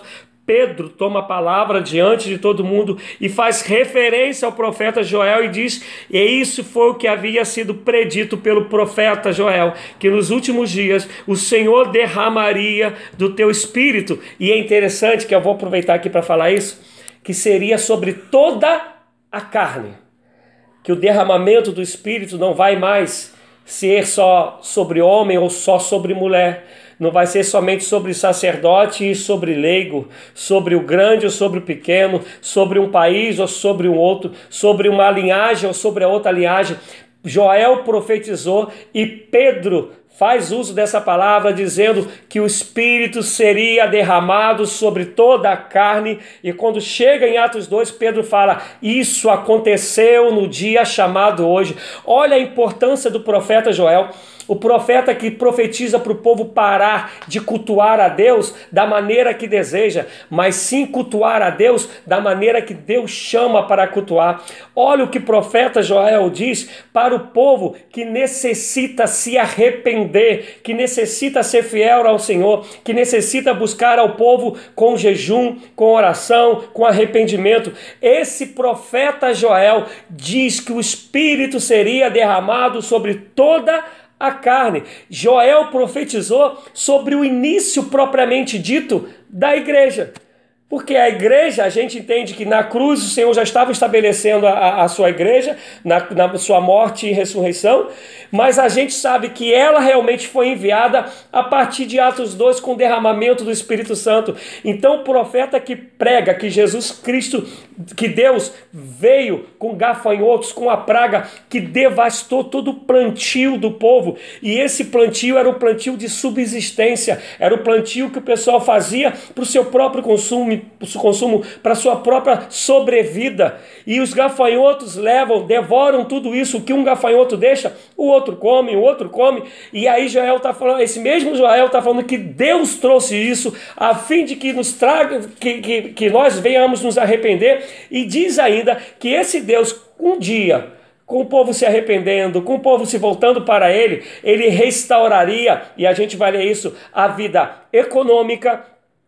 Pedro toma a palavra diante de todo mundo e faz referência ao profeta Joel e diz, e isso foi o que havia sido predito pelo profeta Joel, que nos últimos dias o Senhor derramaria do teu espírito. E é interessante que eu vou aproveitar aqui para falar isso, que seria sobre toda a carne, que o derramamento do espírito não vai mais ser só sobre homem ou só sobre mulher, não vai ser somente sobre sacerdote e sobre leigo, sobre o grande ou sobre o pequeno, sobre um país ou sobre um outro, sobre uma linhagem ou sobre a outra linhagem. Joel profetizou e Pedro faz uso dessa palavra dizendo que o Espírito seria derramado sobre toda a carne, e quando chega em Atos dois, Pedro fala, isso aconteceu no dia chamado hoje. Olha a importância do profeta Joel, o profeta que profetiza para o povo parar de cultuar a Deus da maneira que deseja, mas sim cultuar a Deus da maneira que Deus chama para cultuar. Olha o que o profeta Joel diz para o povo que necessita se arrepender, que necessita ser fiel ao Senhor, que necessita buscar ao povo com jejum, com oração, com arrependimento. Esse profeta Joel diz que o Espírito seria derramado sobre toda a carne. Joel profetizou sobre o início propriamente dito da igreja. Porque a igreja, a gente entende que na cruz o Senhor já estava estabelecendo a, a sua igreja, na, na sua morte e ressurreição, mas a gente sabe que ela realmente foi enviada a partir de Atos dois com o derramamento do Espírito Santo. Então o profeta que prega que Jesus Cristo, que Deus veio com gafanhotos, com a praga que devastou todo o plantio do povo, e esse plantio era um plantio de subsistência, era o plantio que o pessoal fazia para o seu próprio consumo, consumo para a sua própria sobrevida, e os gafanhotos levam, devoram tudo isso. O que um gafanhoto deixa, o outro come, o outro come, e aí Joel está falando, esse mesmo Joel está falando que Deus trouxe isso a fim de que nos traga, que, que, que nós venhamos nos arrepender, e diz ainda que esse Deus, um dia, com o povo se arrependendo, com o povo se voltando para ele, ele restauraria, e a gente vai ler isso, a vida econômica,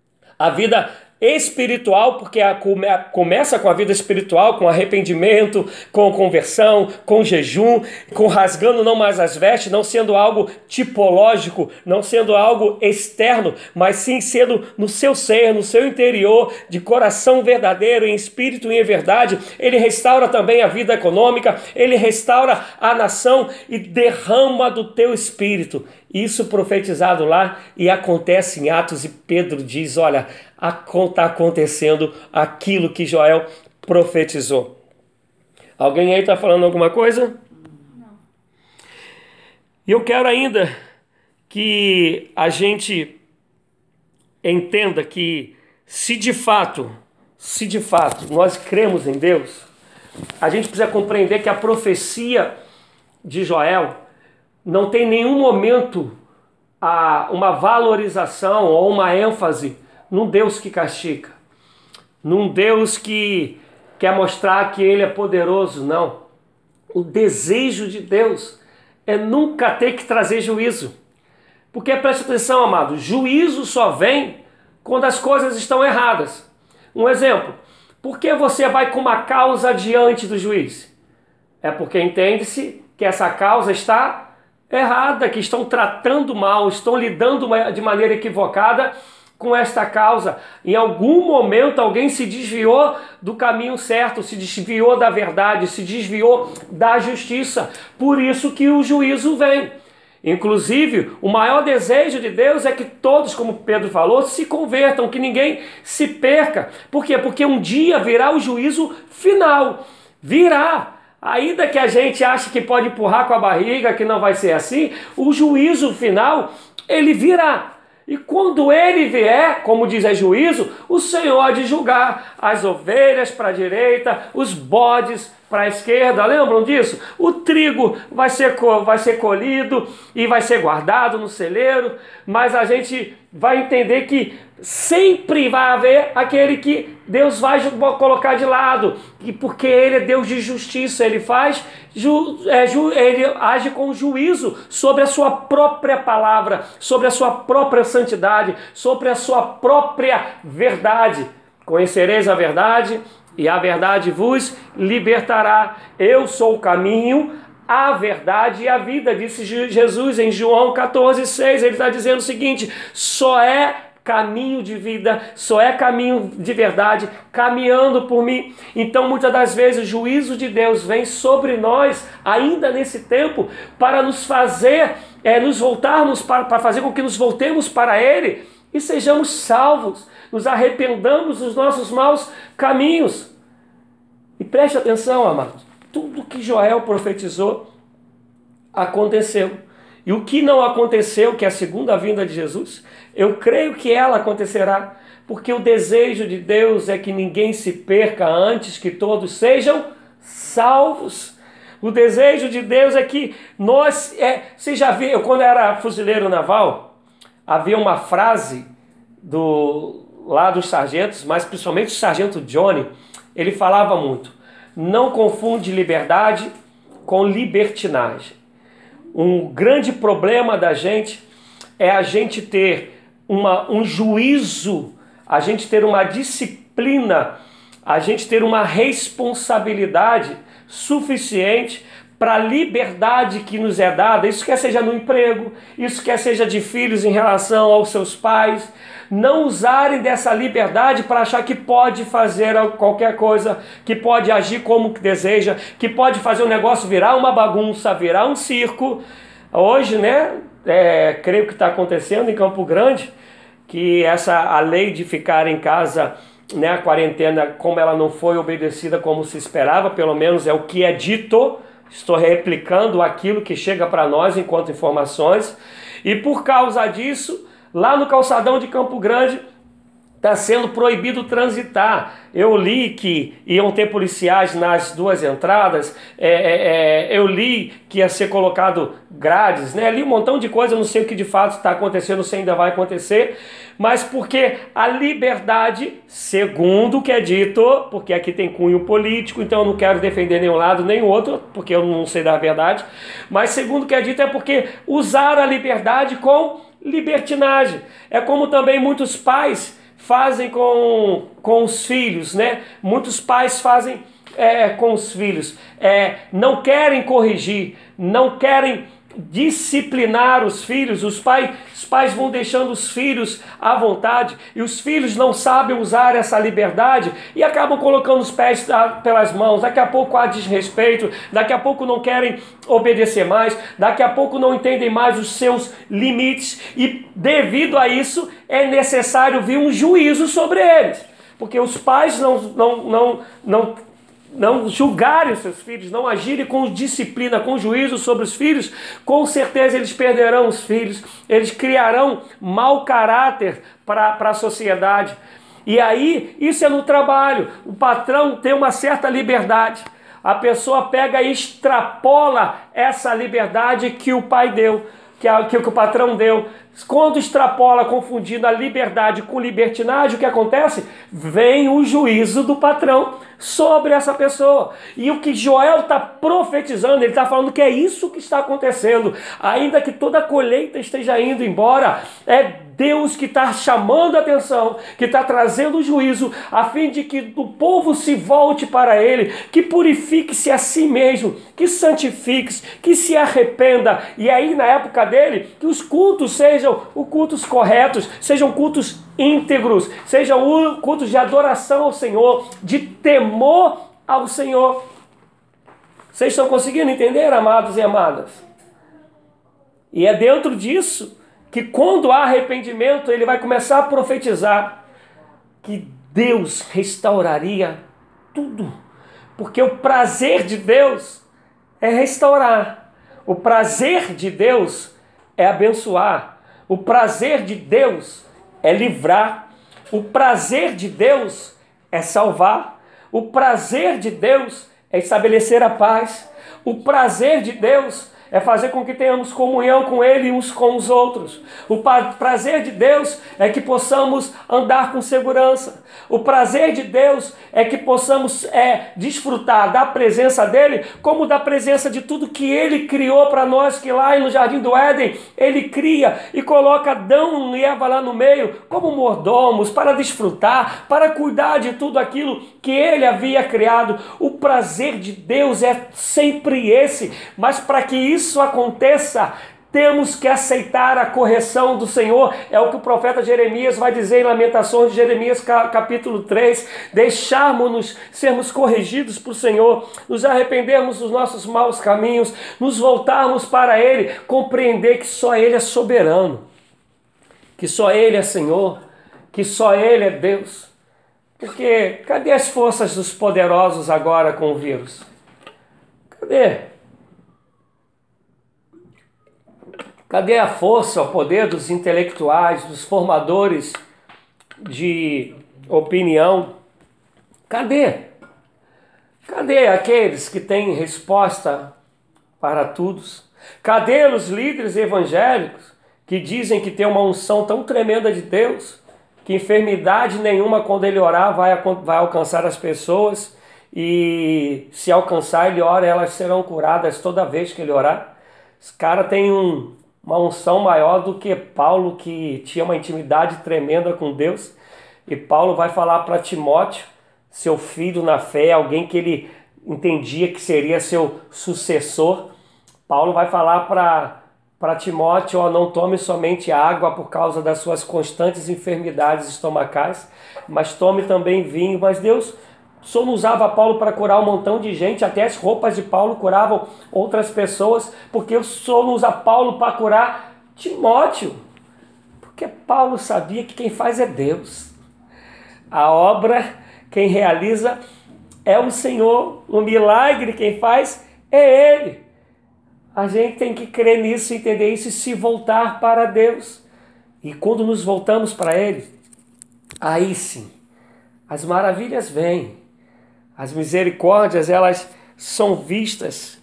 a vida espiritual, porque a, come, a, começa com a vida espiritual, com arrependimento, com conversão, com jejum, com rasgando não mais as vestes, não sendo algo tipológico, não sendo algo externo, mas sim sendo no seu ser, no seu interior, de coração verdadeiro, em espírito e em verdade. Ele restaura também a vida econômica, ele restaura a nação e derrama do teu espírito. Isso profetizado lá, e acontece em Atos, e Pedro diz, olha, está acontecendo aquilo que Joel profetizou. Alguém aí está falando alguma coisa? Não. E eu quero ainda que a gente entenda que se de fato, se de fato nós cremos em Deus, a gente precisa compreender que a profecia de Joel não tem nenhum momento a, uma valorização ou uma ênfase num Deus que castiga, num Deus que quer mostrar que Ele é poderoso. Não. O desejo de Deus é nunca ter que trazer juízo. Porque, preste atenção, amado, juízo só vem quando as coisas estão erradas. Um exemplo, por que você vai com uma causa diante do juiz? É porque entende-se que essa causa está errada, que estão tratando mal, estão lidando de maneira equivocada com esta causa. Em algum momento alguém se desviou do caminho certo, se desviou da verdade, se desviou da justiça. Por isso que o juízo vem. Inclusive, o maior desejo de Deus é que todos, como Pedro falou, se convertam, que ninguém se perca. Por quê? Porque um dia virá o juízo final. Virá. Ainda que a gente ache que pode empurrar com a barriga, que não vai ser assim, o juízo final, ele virá. E quando ele vier, como diz é juízo, o Senhor há de julgar as ovelhas para a direita, os bodes para a esquerda. Lembram disso? O trigo vai ser, vai ser colhido e vai ser guardado no celeiro, mas a gente vai entender que sempre vai haver aquele que Deus vai colocar de lado, e porque Ele é Deus de justiça, Ele faz, ju, é, ju, Ele age com juízo sobre a sua própria palavra, sobre a sua própria santidade, sobre a sua própria verdade. Conhecereis a verdade, e a verdade vos libertará. Eu sou o caminho, a verdade e a vida, disse Jesus em João catorze, seis. Ele está dizendo o seguinte: só é caminho de vida, só é caminho de verdade, caminhando por mim. Então, muitas das vezes, o juízo de Deus vem sobre nós, ainda nesse tempo, para nos fazer, é, nos voltarmos, para, para fazer com que nos voltemos para Ele e sejamos salvos, nos arrependamos dos nossos maus caminhos. E preste atenção, amados, tudo que Joel profetizou aconteceu. E o que não aconteceu, que é a segunda vinda de Jesus, eu creio que ela acontecerá, porque o desejo de Deus é que ninguém se perca, antes que todos sejam salvos. O desejo de Deus é que nós... É, você já viu, eu quando era fuzileiro naval, havia uma frase do, lá dos sargentos, mas principalmente o sargento Johnny, ele falava muito: não confunde liberdade com libertinagem. Um grande problema da gente é a gente ter uma, um juízo, a gente ter uma disciplina, a gente ter uma responsabilidade suficiente para a liberdade que nos é dada. Isso quer seja no emprego, isso quer seja de filhos em relação aos seus pais, não usarem dessa liberdade para achar que pode fazer qualquer coisa, que pode agir como que deseja, que pode fazer o negócio virar uma bagunça, virar um circo. Hoje, né, é, creio que está acontecendo em Campo Grande, que essa, a lei de ficar em casa, né, a quarentena, como ela não foi obedecida como se esperava, pelo menos é o que é dito, estou replicando aquilo que chega para nós enquanto informações, e por causa disso, lá no calçadão de Campo Grande, está sendo proibido transitar. Eu li que iam ter policiais nas duas entradas, é, é, eu li que ia ser colocado grades, né? Li um montão de coisa, não sei o que de fato está acontecendo, se ainda vai acontecer, mas porque a liberdade, segundo o que é dito, porque aqui tem cunho político, então eu não quero defender nenhum lado nem outro, porque eu não sei da verdade, mas segundo o que é dito é porque usar a liberdade com libertinagem. É como também muitos pais fazem com, com os filhos, né? Muitos pais fazem é, com os filhos, é, não querem corrigir, não querem disciplinar os filhos. Os pais, os pais vão deixando os filhos à vontade, e os filhos não sabem usar essa liberdade e acabam colocando os pés pelas mãos. Daqui a pouco há desrespeito, daqui a pouco não querem obedecer mais, daqui a pouco não entendem mais os seus limites, e devido a isso é necessário vir um juízo sobre eles, porque os pais não, não, não, não não julgarem os seus filhos, não agirem com disciplina, com juízo sobre os filhos, com certeza eles perderão os filhos, eles criarão mau caráter para a sociedade. E aí, isso é no trabalho, o patrão tem uma certa liberdade, a pessoa pega e extrapola essa liberdade que o pai deu, que, a, que o patrão deu. Quando extrapola, confundindo a liberdade com libertinagem, o que acontece? Vem o juízo do patrão sobre essa pessoa. E o que Joel está profetizando, ele está falando que é isso que está acontecendo. Ainda que toda a colheita esteja indo embora, é Deus que está chamando a atenção, que está trazendo o juízo, a fim de que o povo se volte para Ele, que purifique-se a si mesmo, que santifique-se, que se arrependa. E aí, na época dele, que os cultos sejam os cultos corretos, sejam cultos íntegros, sejam cultos de adoração ao Senhor, de temor ao Senhor. Vocês estão conseguindo entender, amados e amadas? E é dentro disso que, quando há arrependimento, ele vai começar a profetizar que Deus restauraria tudo, porque o prazer de Deus é restaurar, o prazer de Deus é abençoar, o prazer de Deus é livrar, o prazer de Deus é salvar, o prazer de Deus é estabelecer a paz, o prazer de Deus é fazer com que tenhamos comunhão com Ele uns com os outros. O prazer de Deus é que possamos andar com segurança. O prazer de Deus é que possamos é, desfrutar da presença dEle, como da presença de tudo que Ele criou para nós, que lá no Jardim do Éden, Ele cria e coloca Adão e Eva lá no meio, como mordomos, para desfrutar, para cuidar de tudo aquilo que Ele havia criado. O prazer de Deus é sempre esse, mas para que isso aconteça, temos que aceitar a correção do Senhor. É o que o profeta Jeremias vai dizer em Lamentações de Jeremias capítulo três. Deixarmos-nos sermos corrigidos por Senhor, nos arrependermos dos nossos maus caminhos, nos voltarmos para Ele, compreender que só Ele é soberano, que só Ele é Senhor, que só Ele é Deus. Porque cadê as forças dos poderosos agora com o vírus? Cadê? Cadê a força, o poder dos intelectuais, dos formadores de opinião? Cadê? Cadê aqueles que têm resposta para tudo? Cadê os líderes evangélicos que dizem que tem uma unção tão tremenda de Deus, que enfermidade nenhuma quando ele orar vai, vai alcançar as pessoas, e se alcançar ele ora, elas serão curadas toda vez que ele orar? Esse cara tem um... uma unção maior do que Paulo, que tinha uma intimidade tremenda com Deus. E Paulo vai falar para Timóteo, seu filho na fé, alguém que ele entendia que seria seu sucessor. Paulo vai falar para para Timóteo, ó, não tome somente água por causa das suas constantes enfermidades estomacais, mas tome também vinho. Mas Deus só não usava Paulo para curar um montão de gente, até as roupas de Paulo curavam outras pessoas, porque o Senhor não usa Paulo para curar Timóteo, porque Paulo sabia que quem faz é Deus. A obra, quem realiza é o Senhor, o milagre quem faz é Ele. A gente tem que crer nisso, entender isso e se voltar para Deus. E quando nos voltamos para Ele, aí sim, as maravilhas vêm. As misericórdias, elas são vistas.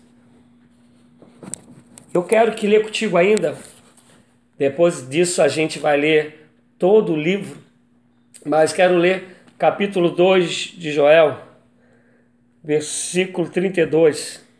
Eu quero que ler contigo ainda. Depois disso a gente vai ler todo o livro. Mas quero ler capítulo dois de Joel, versículo trinta e dois.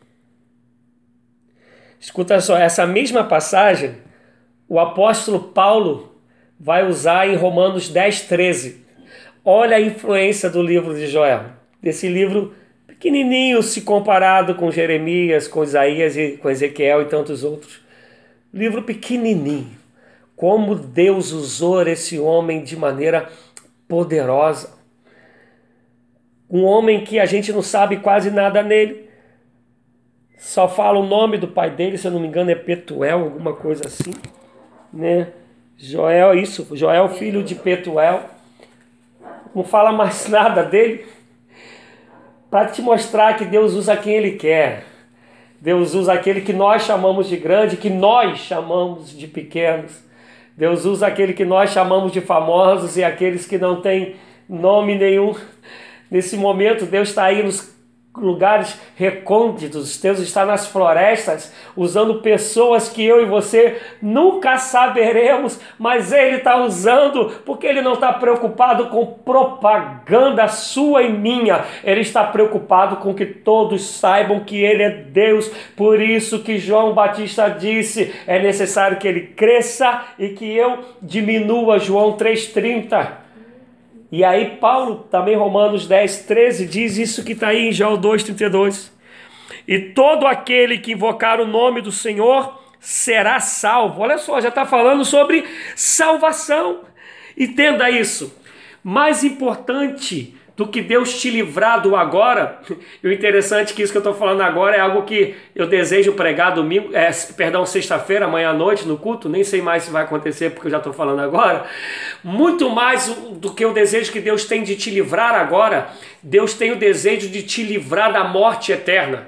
Escuta só, essa mesma passagem o apóstolo Paulo vai usar em Romanos dez, treze. Olha a influência do livro de Joel. Desse livro pequenininho se comparado com Jeremias, com Isaías e com Ezequiel e tantos outros. Livro pequenininho. Como Deus usou esse homem de maneira poderosa. Um homem que a gente não sabe quase nada nele. Só fala o nome do pai dele, se eu não me engano é Petuel, alguma coisa assim. Né? Joel, isso, Joel, filho de Petuel. Não fala mais nada dele. Para te mostrar que Deus usa quem Ele quer. Deus usa aquele que nós chamamos de grande, que nós chamamos de pequenos. Deus usa aquele que nós chamamos de famosos e aqueles que não têm nome nenhum. Nesse momento, Deus está aí nos lugares recônditos, Deus está nas florestas, usando pessoas que eu e você nunca saberemos, mas Ele está usando, porque Ele não está preocupado com propaganda sua e minha, Ele está preocupado com que todos saibam que Ele é Deus. Por isso que João Batista disse, é necessário que Ele cresça e que eu diminua, João três, trinta. E aí Paulo, também Romanos dez, treze, diz isso que está aí em Joel dois, trinta e dois. E todo aquele que invocar o nome do Senhor será salvo. Olha só, já está falando sobre salvação. Entenda isso. Mais importante do que Deus te livrar do agora, e o interessante é que isso que eu estou falando agora é algo que eu desejo pregar domingo, é, perdão, sexta-feira, amanhã à noite no culto, nem sei mais se vai acontecer porque eu já estou falando agora. Muito mais do que o desejo que Deus tem de te livrar agora, Deus tem o desejo de te livrar da morte eterna.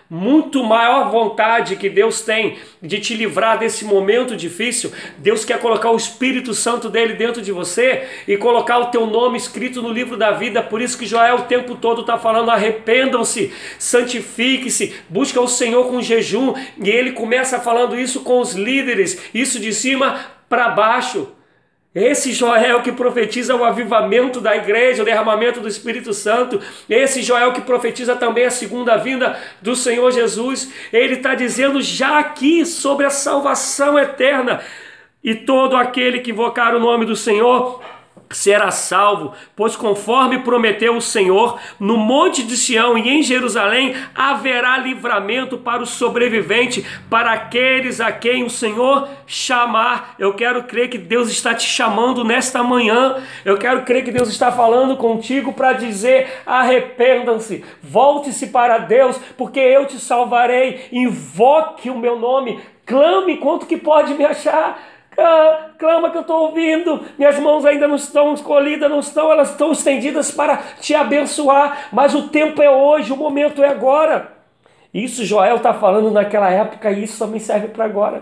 muito maior vontade que Deus tem de te livrar desse momento difícil. Deus quer colocar o Espírito Santo dele dentro de você e colocar o teu nome escrito no livro da vida. Por isso que Joel o tempo todo está falando: arrependam-se, santifique-se, busca o Senhor com jejum. E ele começa falando isso com os líderes, isso de cima para baixo. Esse Joel que profetiza o avivamento da igreja, o derramamento do Espírito Santo. Esse Joel que profetiza também a segunda vinda do Senhor Jesus. Ele está dizendo já aqui sobre a salvação eterna. E todo aquele que invocar o nome do Senhor será salvo, pois conforme prometeu o Senhor, no monte de Sião e em Jerusalém haverá livramento para o sobrevivente, para aqueles a quem o Senhor chamar. Eu quero crer que Deus está te chamando nesta manhã. Eu quero crer que Deus está falando contigo para dizer: arrependam-se, volte-se para Deus, porque eu te salvarei. Invoque o meu nome, clame quanto que pode me achar. Ah, clama que eu estou ouvindo, minhas mãos ainda não estão escolhidas, não estão, elas estão estendidas para te abençoar, mas o tempo é hoje, o momento é agora. Isso Joel está falando naquela época e isso também serve para agora.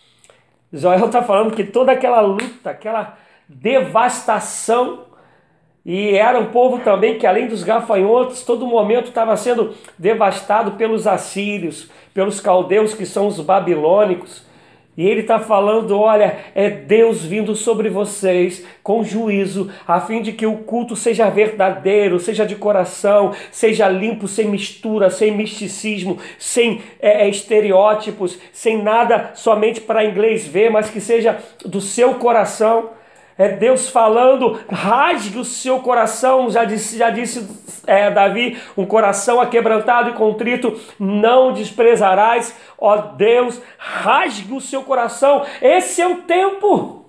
Joel está falando que toda aquela luta, aquela devastação, e era um povo também que, além dos gafanhotos, todo momento estava sendo devastado pelos assírios, pelos caldeus, que são os babilônicos. E ele está falando: olha, é Deus vindo sobre vocês com juízo, a fim de que o culto seja verdadeiro, seja de coração, seja limpo, sem mistura, sem misticismo, sem é, estereótipos, sem nada somente para inglês ver, mas que seja do seu coração. É Deus falando: rasgue o seu coração, já disse, já disse é, Davi, um coração aquebrantado e contrito não desprezarás. Ó Deus, rasgue o seu coração, esse é o tempo.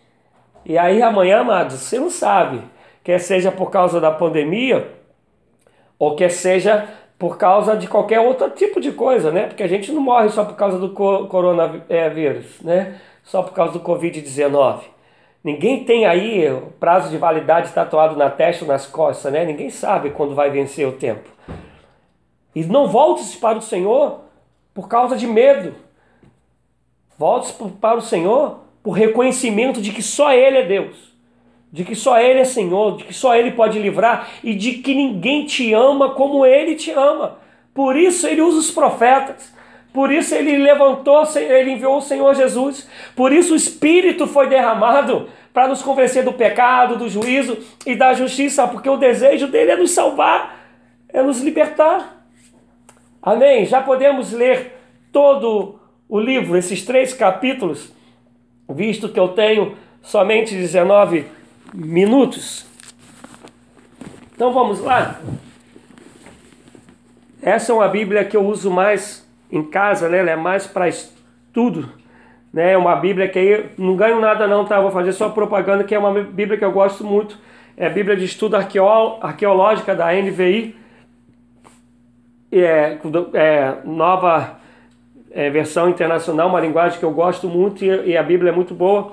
E aí amanhã, amados, você não sabe, quer seja por causa da pandemia, ou quer seja por causa de qualquer outro tipo de coisa, né? Porque a gente não morre só por causa do coronavírus, né? Só por causa do covid dezenove. Ninguém tem aí o prazo de validade tatuado na testa ou nas costas, né? Ninguém sabe quando vai vencer o tempo. E não volte-se para o Senhor por causa de medo. Volte-se para o Senhor por reconhecimento de que só Ele é Deus, de que só Ele é Senhor, de que só Ele pode livrar e de que ninguém te ama como Ele te ama. Por isso Ele usa os profetas. Por isso ele levantou, ele enviou o Senhor Jesus. Por isso o Espírito foi derramado para nos convencer do pecado, do juízo e da justiça, porque o desejo dele é nos salvar, é nos libertar. Amém? Já podemos ler todo o livro, esses três capítulos, visto que eu tenho somente dezenove minutos. Então vamos lá. Essa é uma Bíblia que eu uso mais em casa, né? Ela é mais para estudo, né? É uma Bíblia que aí não ganho nada não, tá? Vou fazer só propaganda, que é uma Bíblia que eu gosto muito. É a Bíblia de Estudo Arqueó... Arqueológica da N V I. É, é nova é, versão internacional, uma linguagem que eu gosto muito e, e a Bíblia é muito boa.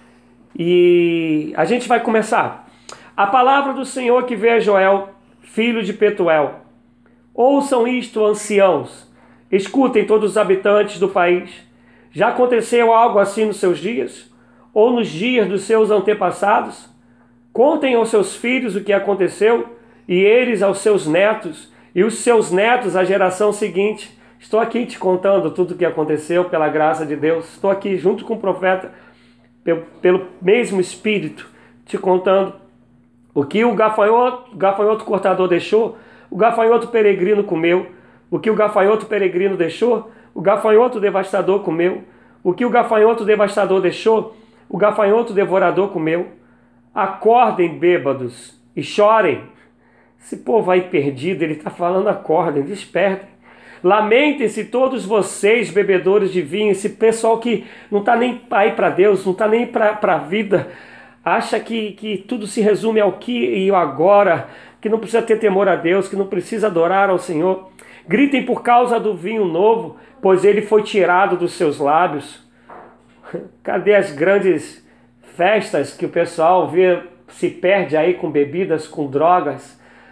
E a gente vai começar. A palavra do Senhor que veio a Joel, filho de Petuel. Ouçam isto, anciãos. Escutem todos os habitantes do país. Já aconteceu algo assim nos seus dias? Ou nos dias dos seus antepassados? Contem aos seus filhos o que aconteceu, e eles aos seus netos, e os seus netos à geração seguinte. Estou aqui te contando tudo o que aconteceu pela graça de Deus. Estou aqui junto com o profeta, pelo, pelo mesmo Espírito, te contando o que o gafanhoto, gafanhoto cortador deixou, o gafanhoto peregrino comeu. O que o gafanhoto peregrino deixou, o gafanhoto devastador comeu. O que o gafanhoto devastador deixou, o gafanhoto devorador comeu. Acordem, bêbados, e chorem. Esse povo aí perdido, ele está falando: acordem, despertem. Lamentem-se todos vocês, bebedores de vinho, esse pessoal que não está nem aí para Deus, não está nem para a vida, acha que, que tudo se resume ao que e ao agora, que não precisa ter temor a Deus, que não precisa adorar ao Senhor. Gritem por causa do vinho novo, pois ele foi tirado dos seus lábios. Cadê as grandes festas que o pessoal vê, se perde aí com bebidas, com drogas?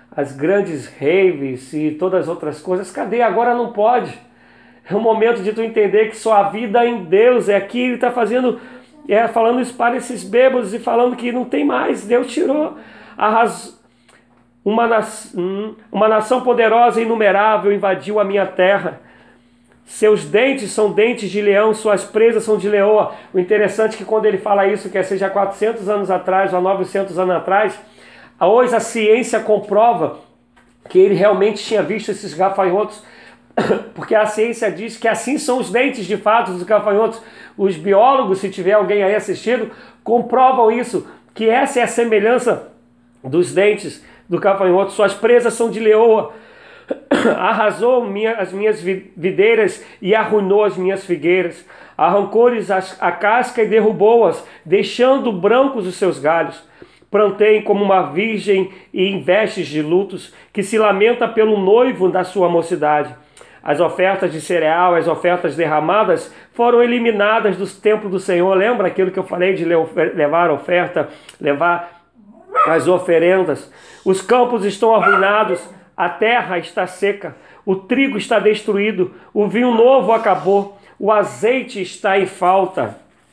as grandes raves e todas as outras coisas. Cadê? Agora não pode. É o momento de tu entender que só a vida em Deus. É aqui ele está fazendo, é, falando isso para esses bêbados e falando que não tem mais. Deus tirou a razão. Uma, na... uma nação poderosa e inumerável invadiu a minha terra. Seus dentes são dentes de leão, suas presas são de leoa. O interessante é que quando ele fala isso, que seja quatrocentos anos atrás ou novecentos anos atrás, hoje a ciência comprova que ele realmente tinha visto esses gafanhotos, porque a ciência diz que assim são os dentes de fato dos gafanhotos. Os biólogos, se tiver alguém aí assistindo, comprovam isso, que essa é a semelhança dos dentes do gafanhoto. Suas presas são de leoa. Arrasou minha, as minhas videiras e arruinou as minhas figueiras. Arrancou-lhes a casca e derrubou-as, deixando brancos os seus galhos. Plantei como uma virgem e em vestes de lutos, que se lamenta pelo noivo da sua mocidade. As ofertas de cereal, as ofertas derramadas foram eliminadas do templo do Senhor. Lembra aquilo que eu falei de levar a oferta, levar as oferendas? Os campos estão arruinados, a terra está seca, o trigo está destruído, o vinho novo acabou, o azeite está em falta.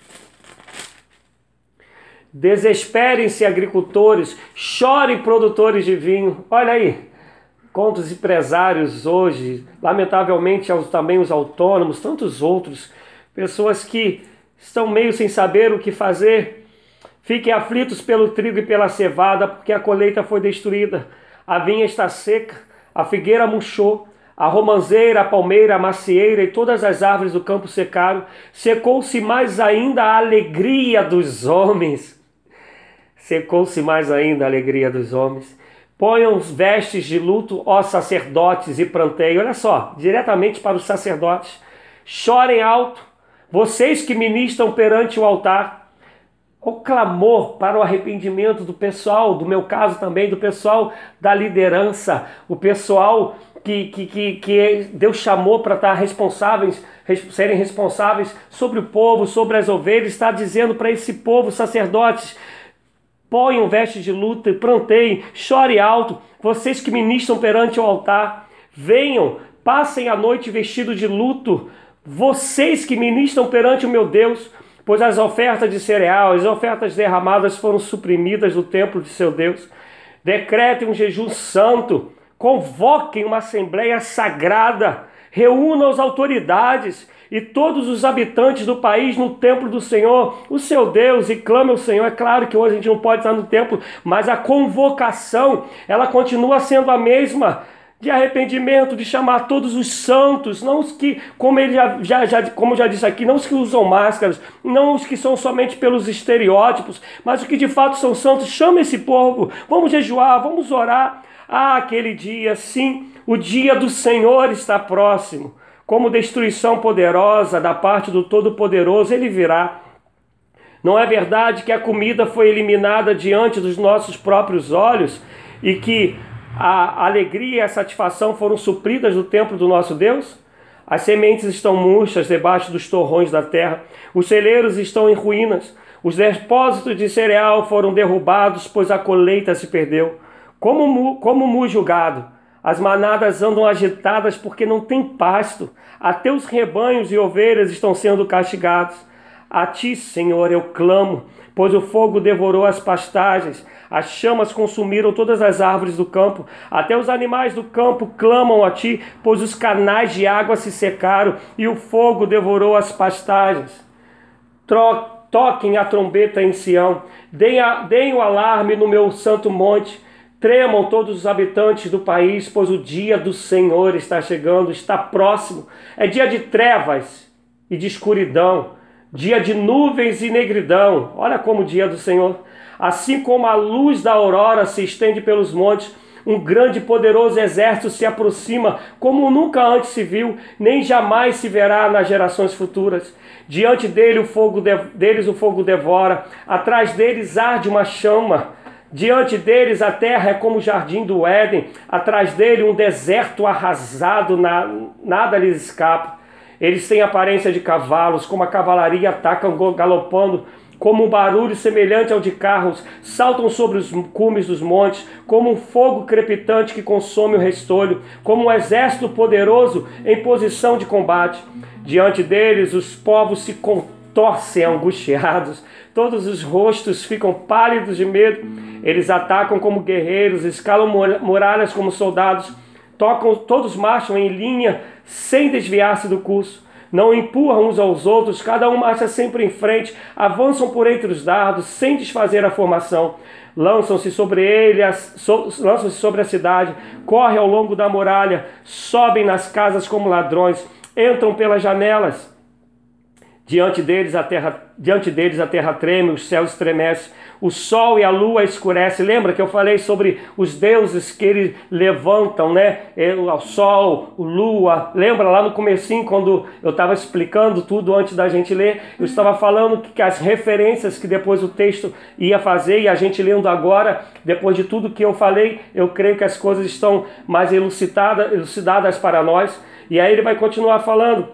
Desesperem-se agricultores, chorem produtores de vinho. Olha aí, quantos empresários hoje, lamentavelmente também os autônomos, tantos outros, pessoas que estão meio sem saber o que fazer. Fiquem aflitos pelo trigo e pela cevada, porque a colheita foi destruída. A vinha está seca, a figueira murchou, a romanceira, a palmeira, a macieira e todas as árvores do campo secaram. Secou-se mais ainda a alegria dos homens. Secou-se mais ainda a alegria dos homens. Ponham os vestes de luto, ó sacerdotes, e plantei. Olha só, diretamente para os sacerdotes. Chorem alto, vocês que ministram perante o altar. O clamor para o arrependimento do pessoal, do meu caso também, do pessoal da liderança, o pessoal que, que, que, que Deus chamou para estar responsáveis, serem responsáveis sobre o povo, sobre as ovelhas, está dizendo para esse povo, sacerdotes, ponham vestes de luta e planteiem, chore alto, vocês que ministram perante o altar, venham, passem a noite vestido de luto, vocês que ministram perante o meu Deus, pois as ofertas de cereal, as ofertas derramadas foram suprimidas do templo de seu Deus. Decretem um jejum santo, convoquem uma assembleia sagrada, reúnam as autoridades e todos os habitantes do país no templo do Senhor, o seu Deus, e clame ao Senhor. É claro que hoje a gente não pode estar no templo, mas a convocação, ela continua sendo a mesma, de arrependimento, de chamar todos os santos, não os que, como ele já, já, já, como já disse aqui, não os que usam máscaras, não os que são somente pelos estereótipos, mas os que de fato são santos. Chama esse povo, vamos jejuar, vamos orar. Ah, aquele dia, sim, o dia do Senhor está próximo, como destruição poderosa da parte do Todo-Poderoso, ele virá. Não é verdade que a comida foi eliminada diante dos nossos próprios olhos e que a alegria e a satisfação foram supridas no templo do nosso Deus? As sementes estão murchas debaixo dos torrões da terra, os celeiros estão em ruínas, os depósitos de cereal foram derrubados, pois a colheita se perdeu. Como, como muge o gado, as manadas andam agitadas porque não tem pasto, até os rebanhos e ovelhas estão sendo castigados. A ti, Senhor, eu clamo, pois o fogo devorou as pastagens, as chamas consumiram todas as árvores do campo, até os animais do campo clamam a ti, pois os canais de água se secaram e o fogo devorou as pastagens. Tro- toquem a trombeta em Sião, deem, a, deem o alarme no meu santo monte, tremam todos os habitantes do país, pois o dia do Senhor está chegando, está próximo. É dia de trevas e de escuridão, dia de nuvens e negridão. Olha como o dia do Senhor. Assim como a luz da aurora se estende pelos montes, um grande e poderoso exército se aproxima, como nunca antes se viu, nem jamais se verá nas gerações futuras. Diante dele, o fogo de, deles o fogo devora, atrás deles arde uma chama. Diante deles a terra é como o jardim do Éden, atrás dele um deserto arrasado, na, nada lhes escapa. Eles têm aparência de cavalos, como a cavalaria atacam galopando, como um barulho semelhante ao de carros, saltam sobre os cumes dos montes, como um fogo crepitante que consome o restolho, como um exército poderoso em posição de combate. Diante deles os povos se contorcem angustiados, todos os rostos ficam pálidos de medo. Eles atacam como guerreiros, escalam muralhas como soldados, tocam, todos marcham em linha sem desviar-se do curso. Não empurram uns aos outros, cada um marcha sempre em frente, avançam por entre os dardos, sem desfazer a formação. Lançam-se sobre ele, so, lançam-se sobre a cidade, correm ao longo da muralha, sobem nas casas como ladrões, entram pelas janelas. Diante deles a terra, diante deles a terra treme, os céus estremecem, o sol e a lua escurecem. Lembra que eu falei sobre os deuses que eles levantam, né? O sol, o lua. Lembra lá no comecinho, quando eu estava explicando tudo antes da gente ler, eu estava falando que, que as referências que depois o texto ia fazer, e a gente lendo agora, depois de tudo que eu falei, eu creio que as coisas estão mais elucidadas, elucidadas para nós. E aí ele vai continuar falando.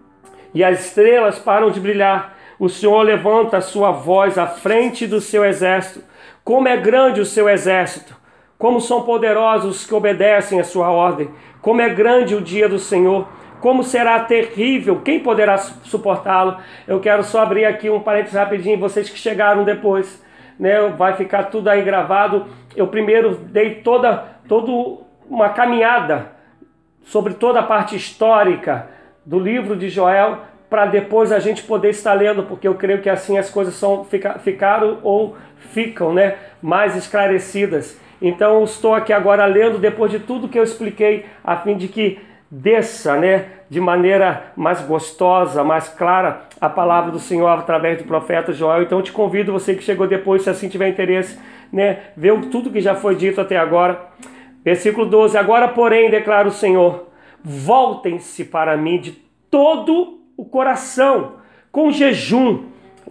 E as estrelas param de brilhar. O Senhor levanta a sua voz à frente do seu exército. Como é grande o seu exército! Como são poderosos os que obedecem a sua ordem! Como é grande o dia do Senhor! Como será terrível! Quem poderá suportá-lo? Eu quero só abrir aqui um parênteses rapidinho. Vocês que chegaram depois, né? Vai ficar tudo aí gravado. Eu primeiro dei toda, toda uma caminhada sobre toda a parte histórica do livro de Joel, para depois a gente poder estar lendo, porque eu creio que assim as coisas são, fica, ficaram ou ficam, né, mais esclarecidas. Então eu estou aqui agora lendo depois de tudo que eu expliquei, a fim de que desça, né, de maneira mais gostosa, mais clara, a palavra do Senhor através do profeta Joel. Então eu te convido, você que chegou depois, se assim tiver interesse, né, ver tudo que já foi dito até agora. Versículo doze, agora porém, declara o Senhor, voltem-se para mim de todo o coração, com jejum,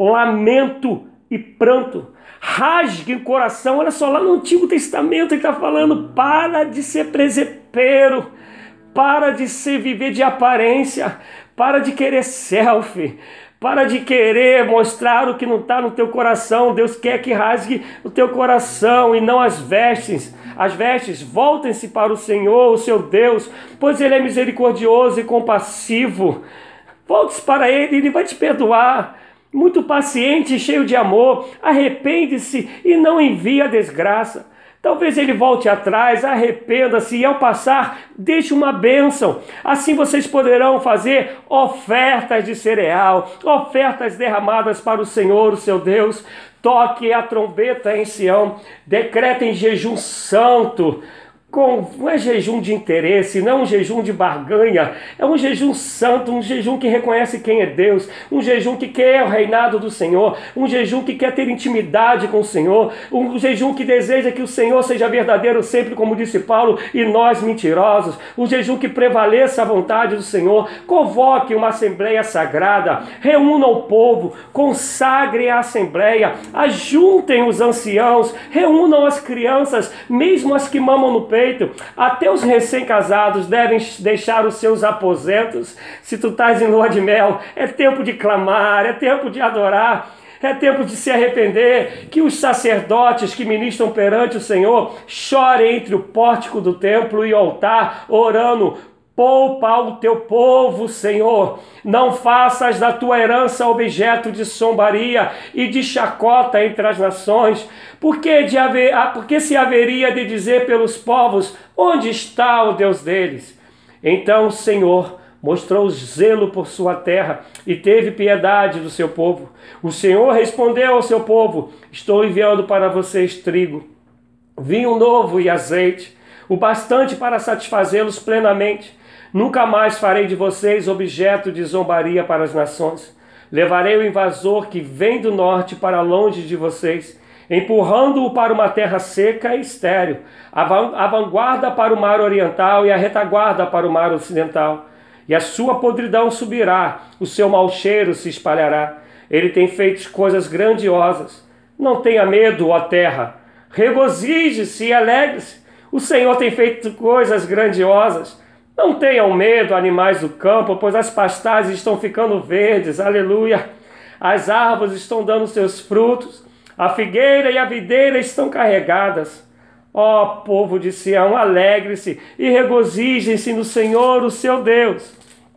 lamento e pranto. Rasgue o coração. Olha só, lá no Antigo Testamento ele está falando, para de ser presepeiro, para de se viver de aparência, para de querer selfie, para de querer mostrar o que não está no teu coração. Deus quer que rasgue o teu coração e não as vestes. As vestes, voltem-se para o Senhor, o seu Deus, pois Ele é misericordioso e compassivo. Volte-se para Ele, Ele vai te perdoar. Muito paciente e cheio de amor, arrepende-se e não envia a desgraça. Talvez ele volte atrás, arrependa-se e ao passar, deixe uma bênção. Assim vocês poderão fazer ofertas de cereal, ofertas derramadas para o Senhor, o seu Deus. Toque a trombeta em Sião, decretem jejum santo. Com, não é jejum de interesse, não é um jejum de barganha, é um jejum santo, um jejum que reconhece quem é Deus, um jejum que quer o reinado do Senhor, um jejum que quer ter intimidade com o Senhor, um jejum que deseja que o Senhor seja verdadeiro sempre, como disse Paulo, e nós mentirosos, um jejum que prevaleça a vontade do Senhor. Convoque uma assembleia sagrada, reúnam o povo, consagrem a assembleia, ajuntem os anciãos, reúnam as crianças, mesmo as que mamam no peito. Até os recém-casados devem deixar os seus aposentos. Se tu estás em lua de mel, é tempo de clamar, é tempo de adorar, é tempo de se arrepender. Que os sacerdotes que ministram perante o Senhor chorem entre o pórtico do templo e o altar, orando: poupa o teu povo, Senhor. Não faças da tua herança objeto de zombaria e de chacota entre as nações. Porque, de haver, porque se haveria de dizer pelos povos, onde está o Deus deles? Então o Senhor mostrou zelo por sua terra e teve piedade do seu povo. O Senhor respondeu ao seu povo: estou enviando para vocês trigo, vinho novo e azeite, o bastante para satisfazê-los plenamente. Nunca mais farei de vocês objeto de zombaria para as nações. Levarei o invasor que vem do norte para longe de vocês, empurrando-o para uma terra seca e estéril, a vanguarda para o mar oriental e a retaguarda para o mar ocidental. E a sua podridão subirá, o seu mau cheiro se espalhará. Ele tem feito coisas grandiosas. Não tenha medo, ó terra. Regozije-se e alegre-se. O Senhor tem feito coisas grandiosas. Não tenham medo, animais do campo, pois as pastagens estão ficando verdes. Aleluia. as árvores estão dando seus frutos, a figueira e a videira estão carregadas. Ó povo de Sião, alegre-se e regozijem-se no Senhor, o seu Deus,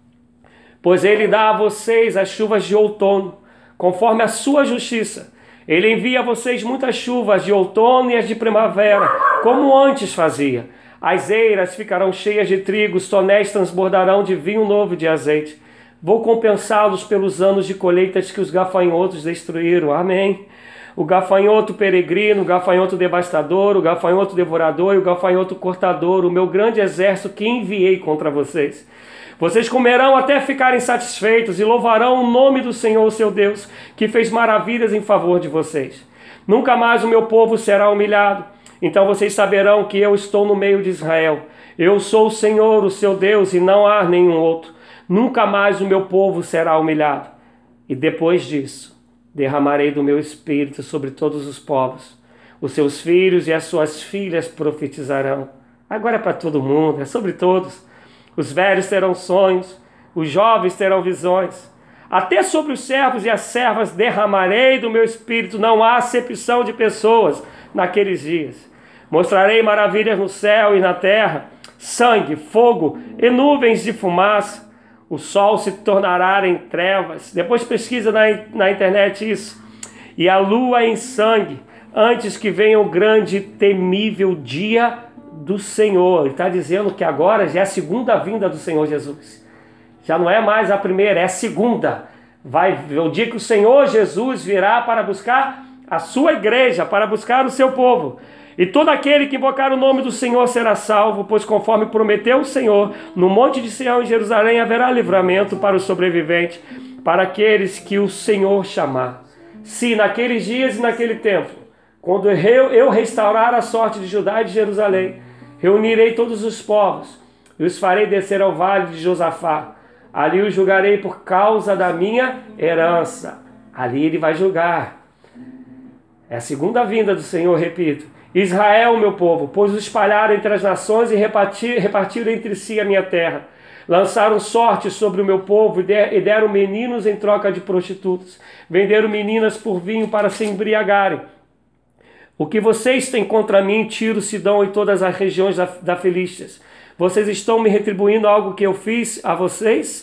pois Ele dá a vocês as chuvas de outono, conforme a sua justiça. Ele envia a vocês muitas chuvas de outono e as de primavera, como antes fazia. As eiras ficarão cheias de trigo, os tonéis transbordarão de vinho novo e de azeite. Vou compensá-los pelos anos de colheitas que os gafanhotos destruíram. Amém. O gafanhoto peregrino, o gafanhoto devastador, o gafanhoto devorador e o gafanhoto cortador, o meu grande exército que enviei contra vocês. Vocês comerão até ficarem satisfeitos e louvarão o nome do Senhor, seu Deus, que fez maravilhas em favor de vocês. Nunca mais o meu povo será humilhado. Então vocês saberão que eu estou no meio de Israel. Eu sou o Senhor, o seu Deus, e não há nenhum outro. Nunca mais o meu povo será humilhado. E depois disso, derramarei do meu espírito sobre todos os povos. Os seus filhos e as suas filhas profetizarão. Agora é para todo mundo, é sobre todos. Os velhos terão sonhos, os jovens terão visões. Até sobre os servos e as servas derramarei do meu espírito. Não há acepção de pessoas naqueles dias. Mostrarei maravilhas no céu e na terra, sangue, fogo e nuvens de fumaça. O sol se tornará em trevas. Depois pesquisa na, na internet isso. E a lua em sangue, antes que venha o grande e temível dia do Senhor. Ele está dizendo que agora já é a segunda vinda do Senhor Jesus. Já não é mais a primeira, é a segunda. Vai o dia que o Senhor Jesus virá para buscar a sua igreja, para buscar o seu povo. E todo aquele que invocar o nome do Senhor será salvo, pois conforme prometeu o Senhor, no monte de Sião em Jerusalém haverá livramento para os sobreviventes, para aqueles que o Senhor chamar. Se naqueles dias e naquele tempo, quando eu restaurar a sorte de Judá e de Jerusalém, reunirei todos os povos e os farei descer ao vale de Josafá. Ali os julgarei por causa da minha herança. Ali ele vai julgar. É a segunda vinda do Senhor, repito. Israel, meu povo, pois os espalharam entre as nações e repartir, repartiram entre si a minha terra. Lançaram sorte sobre o meu povo e deram meninos em troca de prostitutas. Venderam meninas por vinho para se embriagarem. O que vocês têm contra mim, Tiro, Sidom e todas as regiões da, da Filístias? Vocês estão me retribuindo algo que eu fiz a vocês?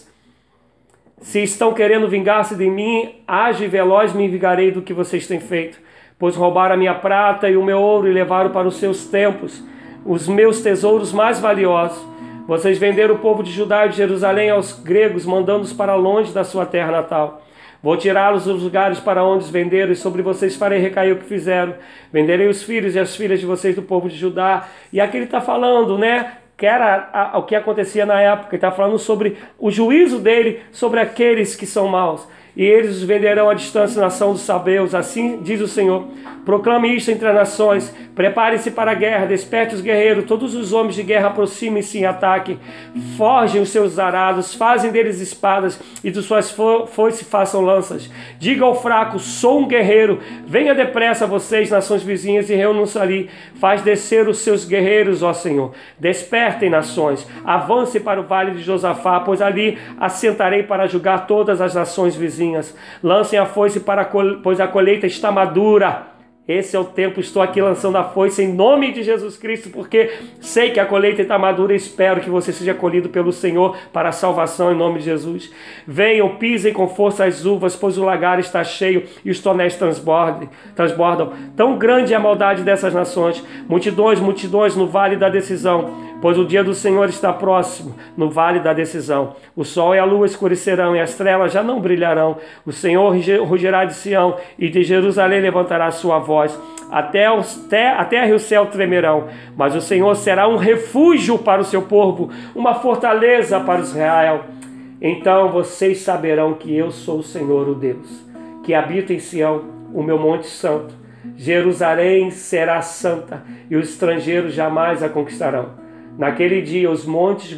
Se estão querendo vingar-se de mim, ágil e veloz me vingarei do que vocês têm feito. Pois roubaram a minha prata e o meu ouro e levaram para os seus templos os meus tesouros mais valiosos. Vocês venderam o povo de Judá e de Jerusalém aos gregos, mandando-os para longe da sua terra natal. Vou tirá-los dos lugares para onde os venderam, e sobre vocês farei recair o que fizeram. Venderei os filhos e as filhas de vocês do povo de Judá. E aqui ele está falando, né? Que era a, a, o que acontecia na época. Ele está falando sobre o juízo dele sobre aqueles que são maus. E eles os venderão à distância, nação dos sabeus. Assim diz o Senhor. Proclame isto entre as nações. Prepare-se para a guerra. Desperte os guerreiros. Todos os homens de guerra aproximem-se em ataque. Forgem os seus arados. Fazem deles espadas. E de suas fo foices façam lanças. Diga ao fraco, sou um guerreiro. Venha depressa vocês, nações vizinhas, e reúnam-se ali. Faz descer os seus guerreiros, ó Senhor. Despertem, nações. Avance para o vale de Josafá, pois ali assentarei para julgar todas as nações vizinhas. Lancem a foice, para a col... pois a colheita está madura. Esse é o tempo, estou aqui lançando a foice em nome de Jesus Cristo, porque sei que a colheita está madura e espero que você seja colhido pelo Senhor para a salvação em nome de Jesus. Venham, pisem com força as uvas, pois o lagar está cheio e os tonéis transbordem, transbordam. Tão grande é a maldade dessas nações, multidões, multidões no vale da decisão. Pois o dia do Senhor está próximo, no vale da decisão. O sol e a lua escurecerão e as trevas já não brilharão. O Senhor rugirá de Sião e de Jerusalém levantará a sua voz. Até os te, a terra e o céu tremerão. Mas o Senhor será um refúgio para o seu povo, uma fortaleza para Israel. Então vocês saberão que eu sou o Senhor, o Deus, que habita em Sião, o meu monte santo. Jerusalém será santa e os estrangeiros jamais a conquistarão. Naquele dia os montes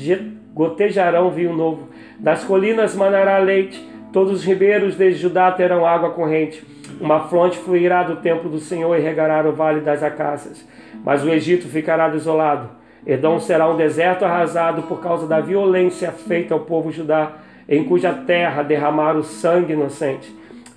gotejarão vinho novo, das colinas manará leite, todos os ribeiros de Judá terão água corrente. Uma fonte fluirá do templo do Senhor e regará o vale das acácias. Mas o Egito ficará desolado. Edom será um deserto arrasado por causa da violência feita ao povo Judá, em cuja terra derramaram sangue inocente.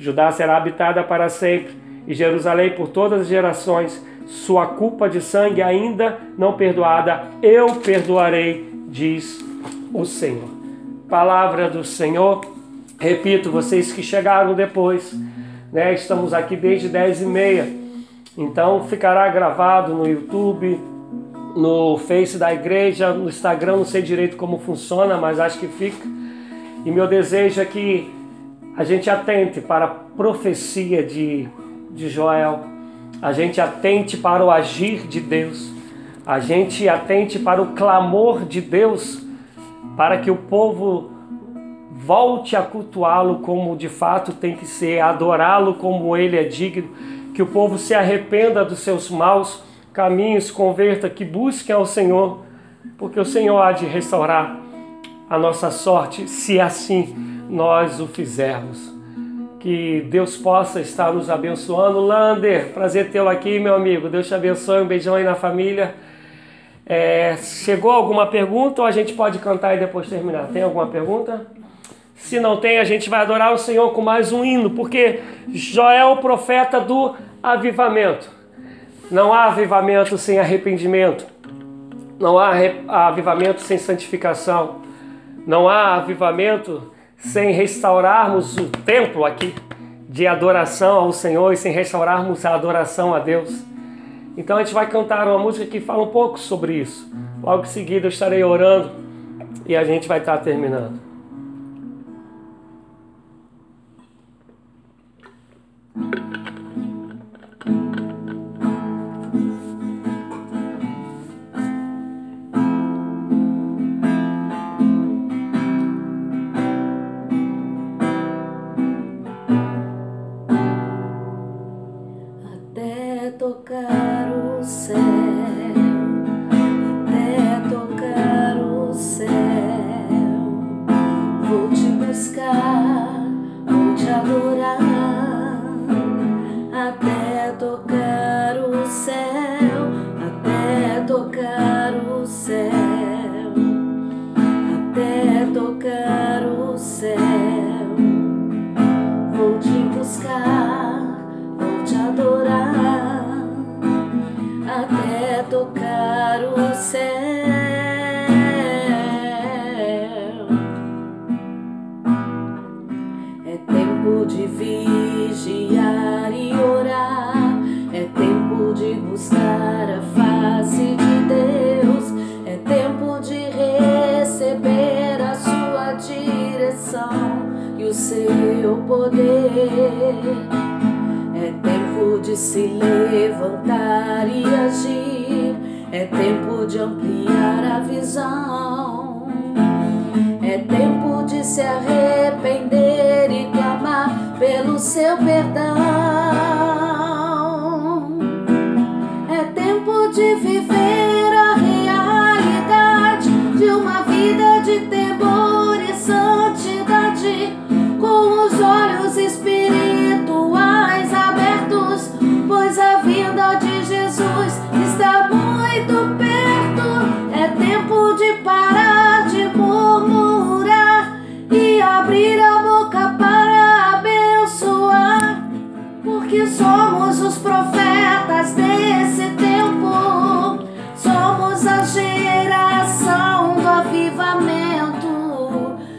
Judá será habitada para sempre, e Jerusalém por todas as gerações. Sua culpa de sangue ainda não perdoada, eu perdoarei, diz o Senhor. Palavra do Senhor. Repito, vocês que chegaram depois, né? Estamos aqui desde dez e meia. Então ficará gravado no YouTube, no Face da igreja, no Instagram, não sei direito como funciona, mas acho que fica. E meu desejo é que a gente atente para a profecia de, de Joel, a gente atente para o agir de Deus, a gente atente para o clamor de Deus, para que o povo volte a cultuá-lo como de fato tem que ser, adorá-lo como ele é digno, que o povo se arrependa dos seus maus caminhos, converta, que busquem ao Senhor, porque o Senhor há de restaurar a nossa sorte, se assim nós o fizermos. Que Deus possa estar nos abençoando. Lander, prazer tê-lo aqui, meu amigo. Deus te abençoe, um beijão aí na família. É, chegou alguma pergunta ou a gente pode cantar e depois terminar? Tem alguma pergunta? Se não tem, a gente vai adorar o Senhor com mais um hino, porque Joel é o profeta do avivamento. Não há avivamento sem arrependimento. Não há avivamento sem santificação. Não há avivamento sem restaurarmos o templo aqui de adoração ao Senhor e sem restaurarmos a adoração a Deus. Então a gente vai cantar uma música que fala um pouco sobre isso. Logo em seguida eu estarei orando e a gente vai estar terminando. Tocar o céu, até tocar o céu, vou te buscar, vou te adorar, até tocar o céu, até tocar o céu, até tocar o céu, vou te buscar, vou te adorar. Até tocar o céu. É tempo de vigiar e orar, é tempo de buscar a face de Deus, é tempo de receber a sua direção e o seu poder. É tempo de se levantar e agir, é tempo de ampliar a visão, é tempo de se arrepender e clamar pelo seu perdão. É tempo de viver a realidade de uma vida de temor e santidade, com os olhos espirituais abertos, pois a vinda de Jesus está muito perto. É tempo de parar de murmurar e abrir a boca para abençoar, porque somos os profetas